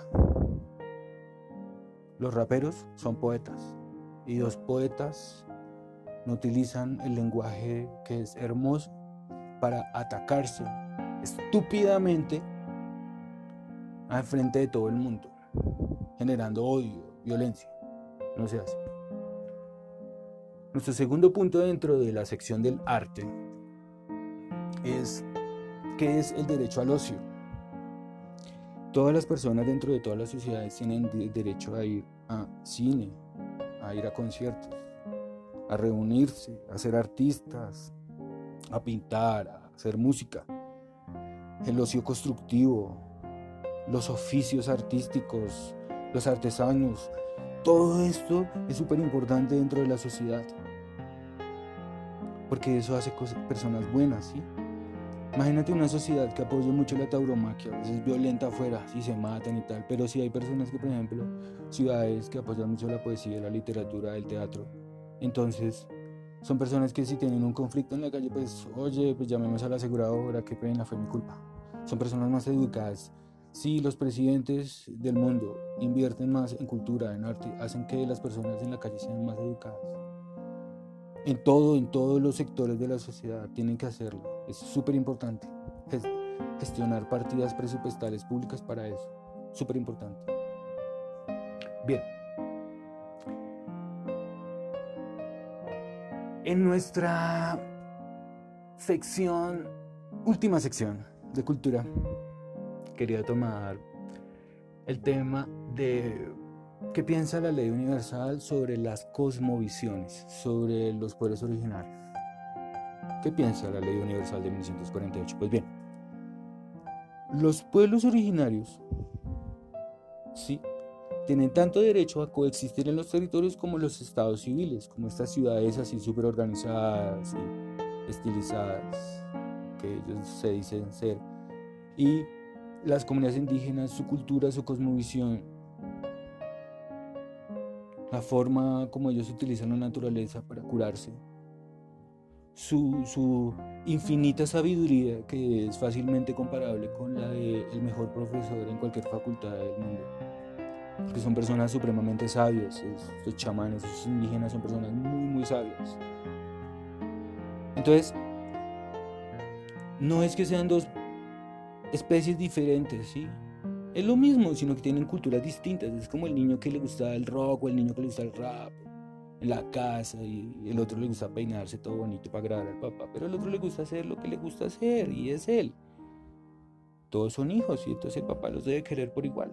los raperos son poetas y dos poetas no utilizan el lenguaje que es hermoso para atacarse estúpidamente al frente de todo el mundo, generando odio, violencia. No se hace. Nuestro segundo punto dentro de la sección del arte es ¿qué es el derecho al ocio? Todas las personas dentro de todas las sociedades tienen derecho a ir a cine, a ir a conciertos, a reunirse, a ser artistas, a pintar, a hacer música. El ocio constructivo, los oficios artísticos, los artesanos, todo esto es súper importante dentro de la sociedad, porque eso hace cosas, personas buenas, ¿sí? Imagínate una sociedad que apoya mucho la tauromaquia, a veces es violenta afuera, sí se matan y tal, pero si hay personas que, por ejemplo, ciudades que apoyan mucho la poesía, la literatura, el teatro, entonces son personas que si tienen un conflicto en la calle, pues, oye, pues llamemos a la aseguradora, qué pena, fue mi culpa. Son personas más educadas. Si los presidentes del mundo invierten más en cultura, en arte, hacen que las personas en la calle sean más educadas. En todo, en todos los sectores de la sociedad tienen que hacerlo. Es súper importante gestionar partidas presupuestales públicas para eso. Súper importante. Bien. En nuestra sección, última sección de cultura, quería tomar el tema de qué piensa la ley universal sobre las cosmovisiones, sobre los pueblos originarios. ¿Qué piensa la ley universal de mil novecientos cuarenta y ocho? Pues bien, los pueblos originarios, sí, tienen tanto derecho a coexistir en los territorios como los estados civiles, como estas ciudades así súper organizadas y estilizadas que ellos se dicen ser. Y las comunidades indígenas, su cultura, su cosmovisión, la forma como ellos utilizan la naturaleza para curarse, su, su infinita sabiduría que es fácilmente comparable con la del mejor profesor en cualquier facultad del mundo. Porque son personas supremamente sabias, estos chamanes, estos indígenas son personas muy, muy sabias. Entonces, no es que sean dos especies diferentes, ¿sí? Es lo mismo, sino que tienen culturas distintas. Es como el niño que le gusta el rock o el niño que le gusta el rap en la casa y el otro le gusta peinarse todo bonito para agradar al papá, pero el otro le gusta hacer lo que le gusta hacer y es él. Todos son hijos y entonces el papá los debe querer por igual.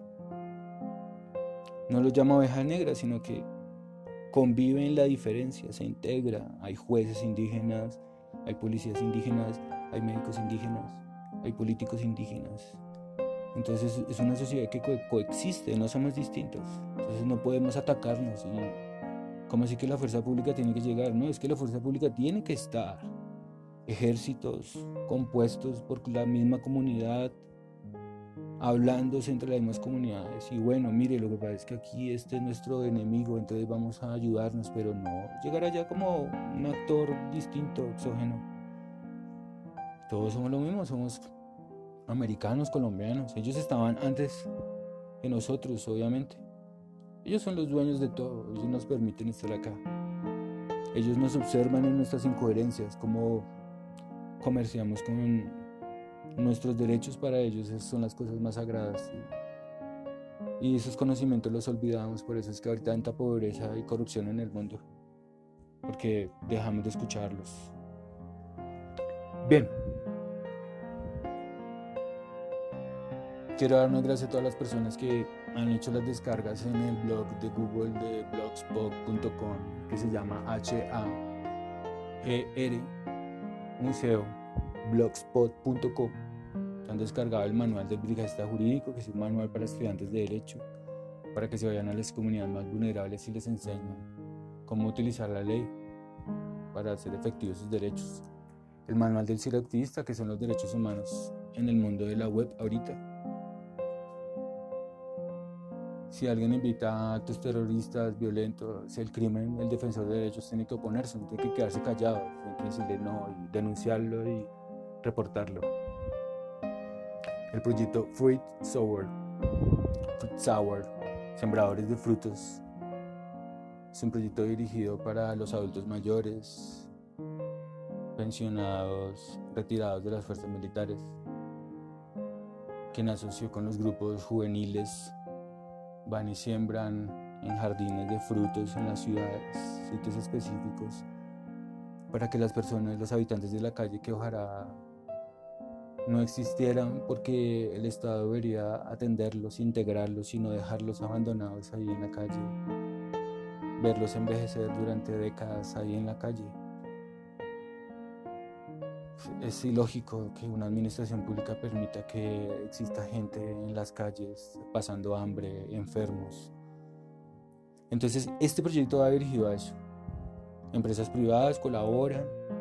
No los llama ovejas negras, sino que convive en la diferencia, se integra. Hay jueces indígenas, hay policías indígenas, hay médicos indígenas, hay políticos indígenas. Entonces es una sociedad que co- coexiste, no somos distintos. Entonces no podemos atacarnos. Y ¿cómo así que la fuerza pública tiene que llegar? No, es que la fuerza pública tiene que estar. Ejércitos compuestos por la misma comunidad, hablándose entre las mismas comunidades. Y bueno, mire, lo que pasa es que aquí este es nuestro enemigo, entonces vamos a ayudarnos, pero no llegar allá como un actor distinto, exógeno. Todos somos lo mismo, somos americanos, colombianos. Ellos estaban antes que nosotros, obviamente. Ellos son los dueños de todo, ellos nos permiten estar acá. Ellos nos observan en nuestras incoherencias, cómo comerciamos con nuestros derechos. Para ellos esas son las cosas más sagradas. Y, y esos conocimientos los olvidamos, por eso es que ahorita hay tanta pobreza y corrupción en el mundo, porque dejamos de escucharlos. Bien. Quiero dar unas gracias a todas las personas que han hecho las descargas en el blog de Google de blogspot punto com, que se llama H A G R Museo blogspot punto com. Han descargado el manual del brigadista jurídico, que es un manual para estudiantes de derecho, para que se vayan a las comunidades más vulnerables y les enseñen cómo utilizar la ley para hacer efectivos sus derechos. El manual del ciberactivista, que son los derechos humanos en el mundo de la web ahorita. Si alguien invita a actos terroristas, violentos, el crimen, el defensor de derechos tiene que oponerse, no tiene que quedarse callado, tiene que decirle no y denunciarlo y reportarlo. El proyecto Fruit Sour, Fruit Sour, Sembradores de Frutos, Es un proyecto dirigido para los adultos mayores, pensionados, retirados de las fuerzas militares, quien asoció con los grupos juveniles, van y siembran en jardines de frutos en las ciudades, sitios específicos, para que las personas, los habitantes de la calle, que ojalá no existieran, porque el Estado debería atenderlos, integrarlos y no dejarlos abandonados ahí en la calle, verlos envejecer durante décadas ahí en la calle. Es ilógico que una administración pública permita que exista gente en las calles pasando hambre, enfermos. Entonces, este proyecto va dirigido a eso. Empresas privadas colaboran,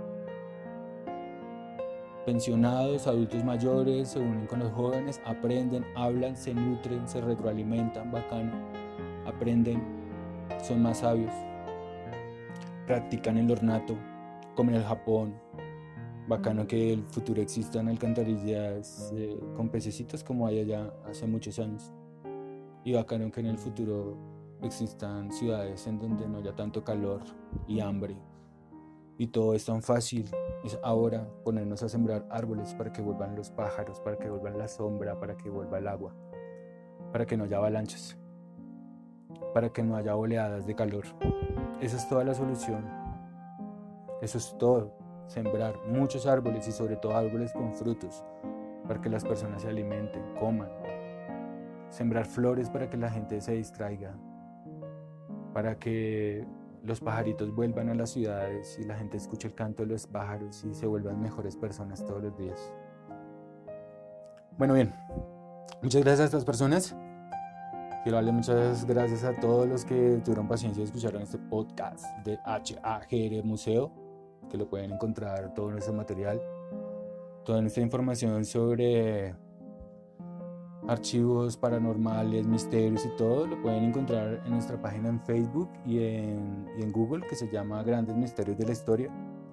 pensionados, adultos mayores se unen con los jóvenes, aprenden, hablan, se nutren, se retroalimentan, bacano, aprenden, son más sabios, practican el ornato, como en el Japón. Bacano que el futuro existan alcantarillas eh, con pececitos como hay allá hace muchos años. Y bacano que en el futuro existan ciudades en donde no haya tanto calor y hambre. Y todo es tan fácil. Es ahora ponernos a sembrar árboles para que vuelvan los pájaros, para que vuelvan la sombra, para que vuelva el agua, para que no haya avalanchas, para que no haya oleadas de calor. Esa es toda la solución. Eso es todo. Sembrar muchos árboles y sobre todo árboles con frutos para que las personas se alimenten, coman. Sembrar flores para que la gente se distraiga, para que los pajaritos vuelvan a las ciudades y la gente escuche el canto de los pájaros y se vuelvan mejores personas todos los días. Bueno, bien, muchas gracias a estas personas. Quiero darle muchas gracias a todos los que tuvieron paciencia y escucharon este podcast de H A G R Museo, que lo pueden encontrar todo nuestro material, toda nuestra información sobre archivos paranormales, misterios y todo, lo pueden encontrar en nuestra página en Facebook y en, y en Google, que se llama Grandes Misterios de la Historia.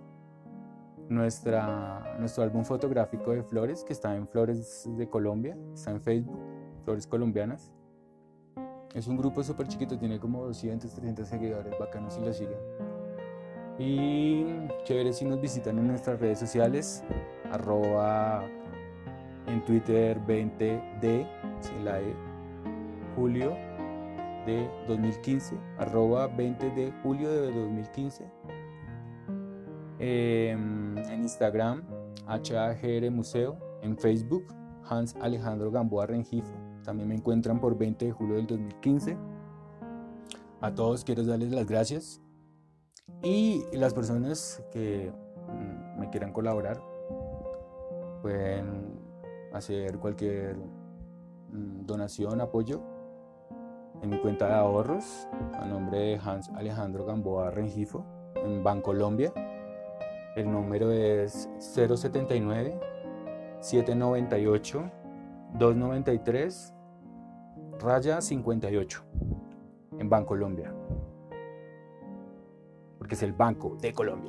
Nuestra, nuestro álbum fotográfico de flores, que está en Flores de Colombia, está en Facebook, Flores Colombianas. Es un grupo súper chiquito, tiene como doscientos, trescientos seguidores, bacano si lo siguen. Y chévere si nos visitan en nuestras redes sociales, arroba en Twitter veinte de, sin la E, julio de dos mil quince, arroba veinte de julio de dos mil quince. Eh, en Instagram, H A G R Museo. En Facebook, Hans Alejandro Gamboa Rengifo. También me encuentran por veinte de julio del dos mil quince. A todos quiero darles las gracias. Y las personas que mm, me quieran colaborar pueden hacer cualquier mm, donación, apoyo en mi cuenta de ahorros a nombre de Hans Alejandro Gamboa Rengifo en Bancolombia. El número es cero setenta y nueve, setecientos noventa y ocho, doscientos noventa y tres, raya cincuenta y ocho en Bancolombia. Porque es el Banco de Colombia.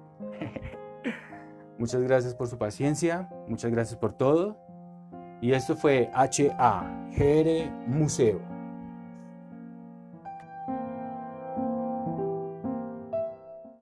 Muchas gracias por su paciencia, muchas gracias por todo. Y esto fue H A G R Museo.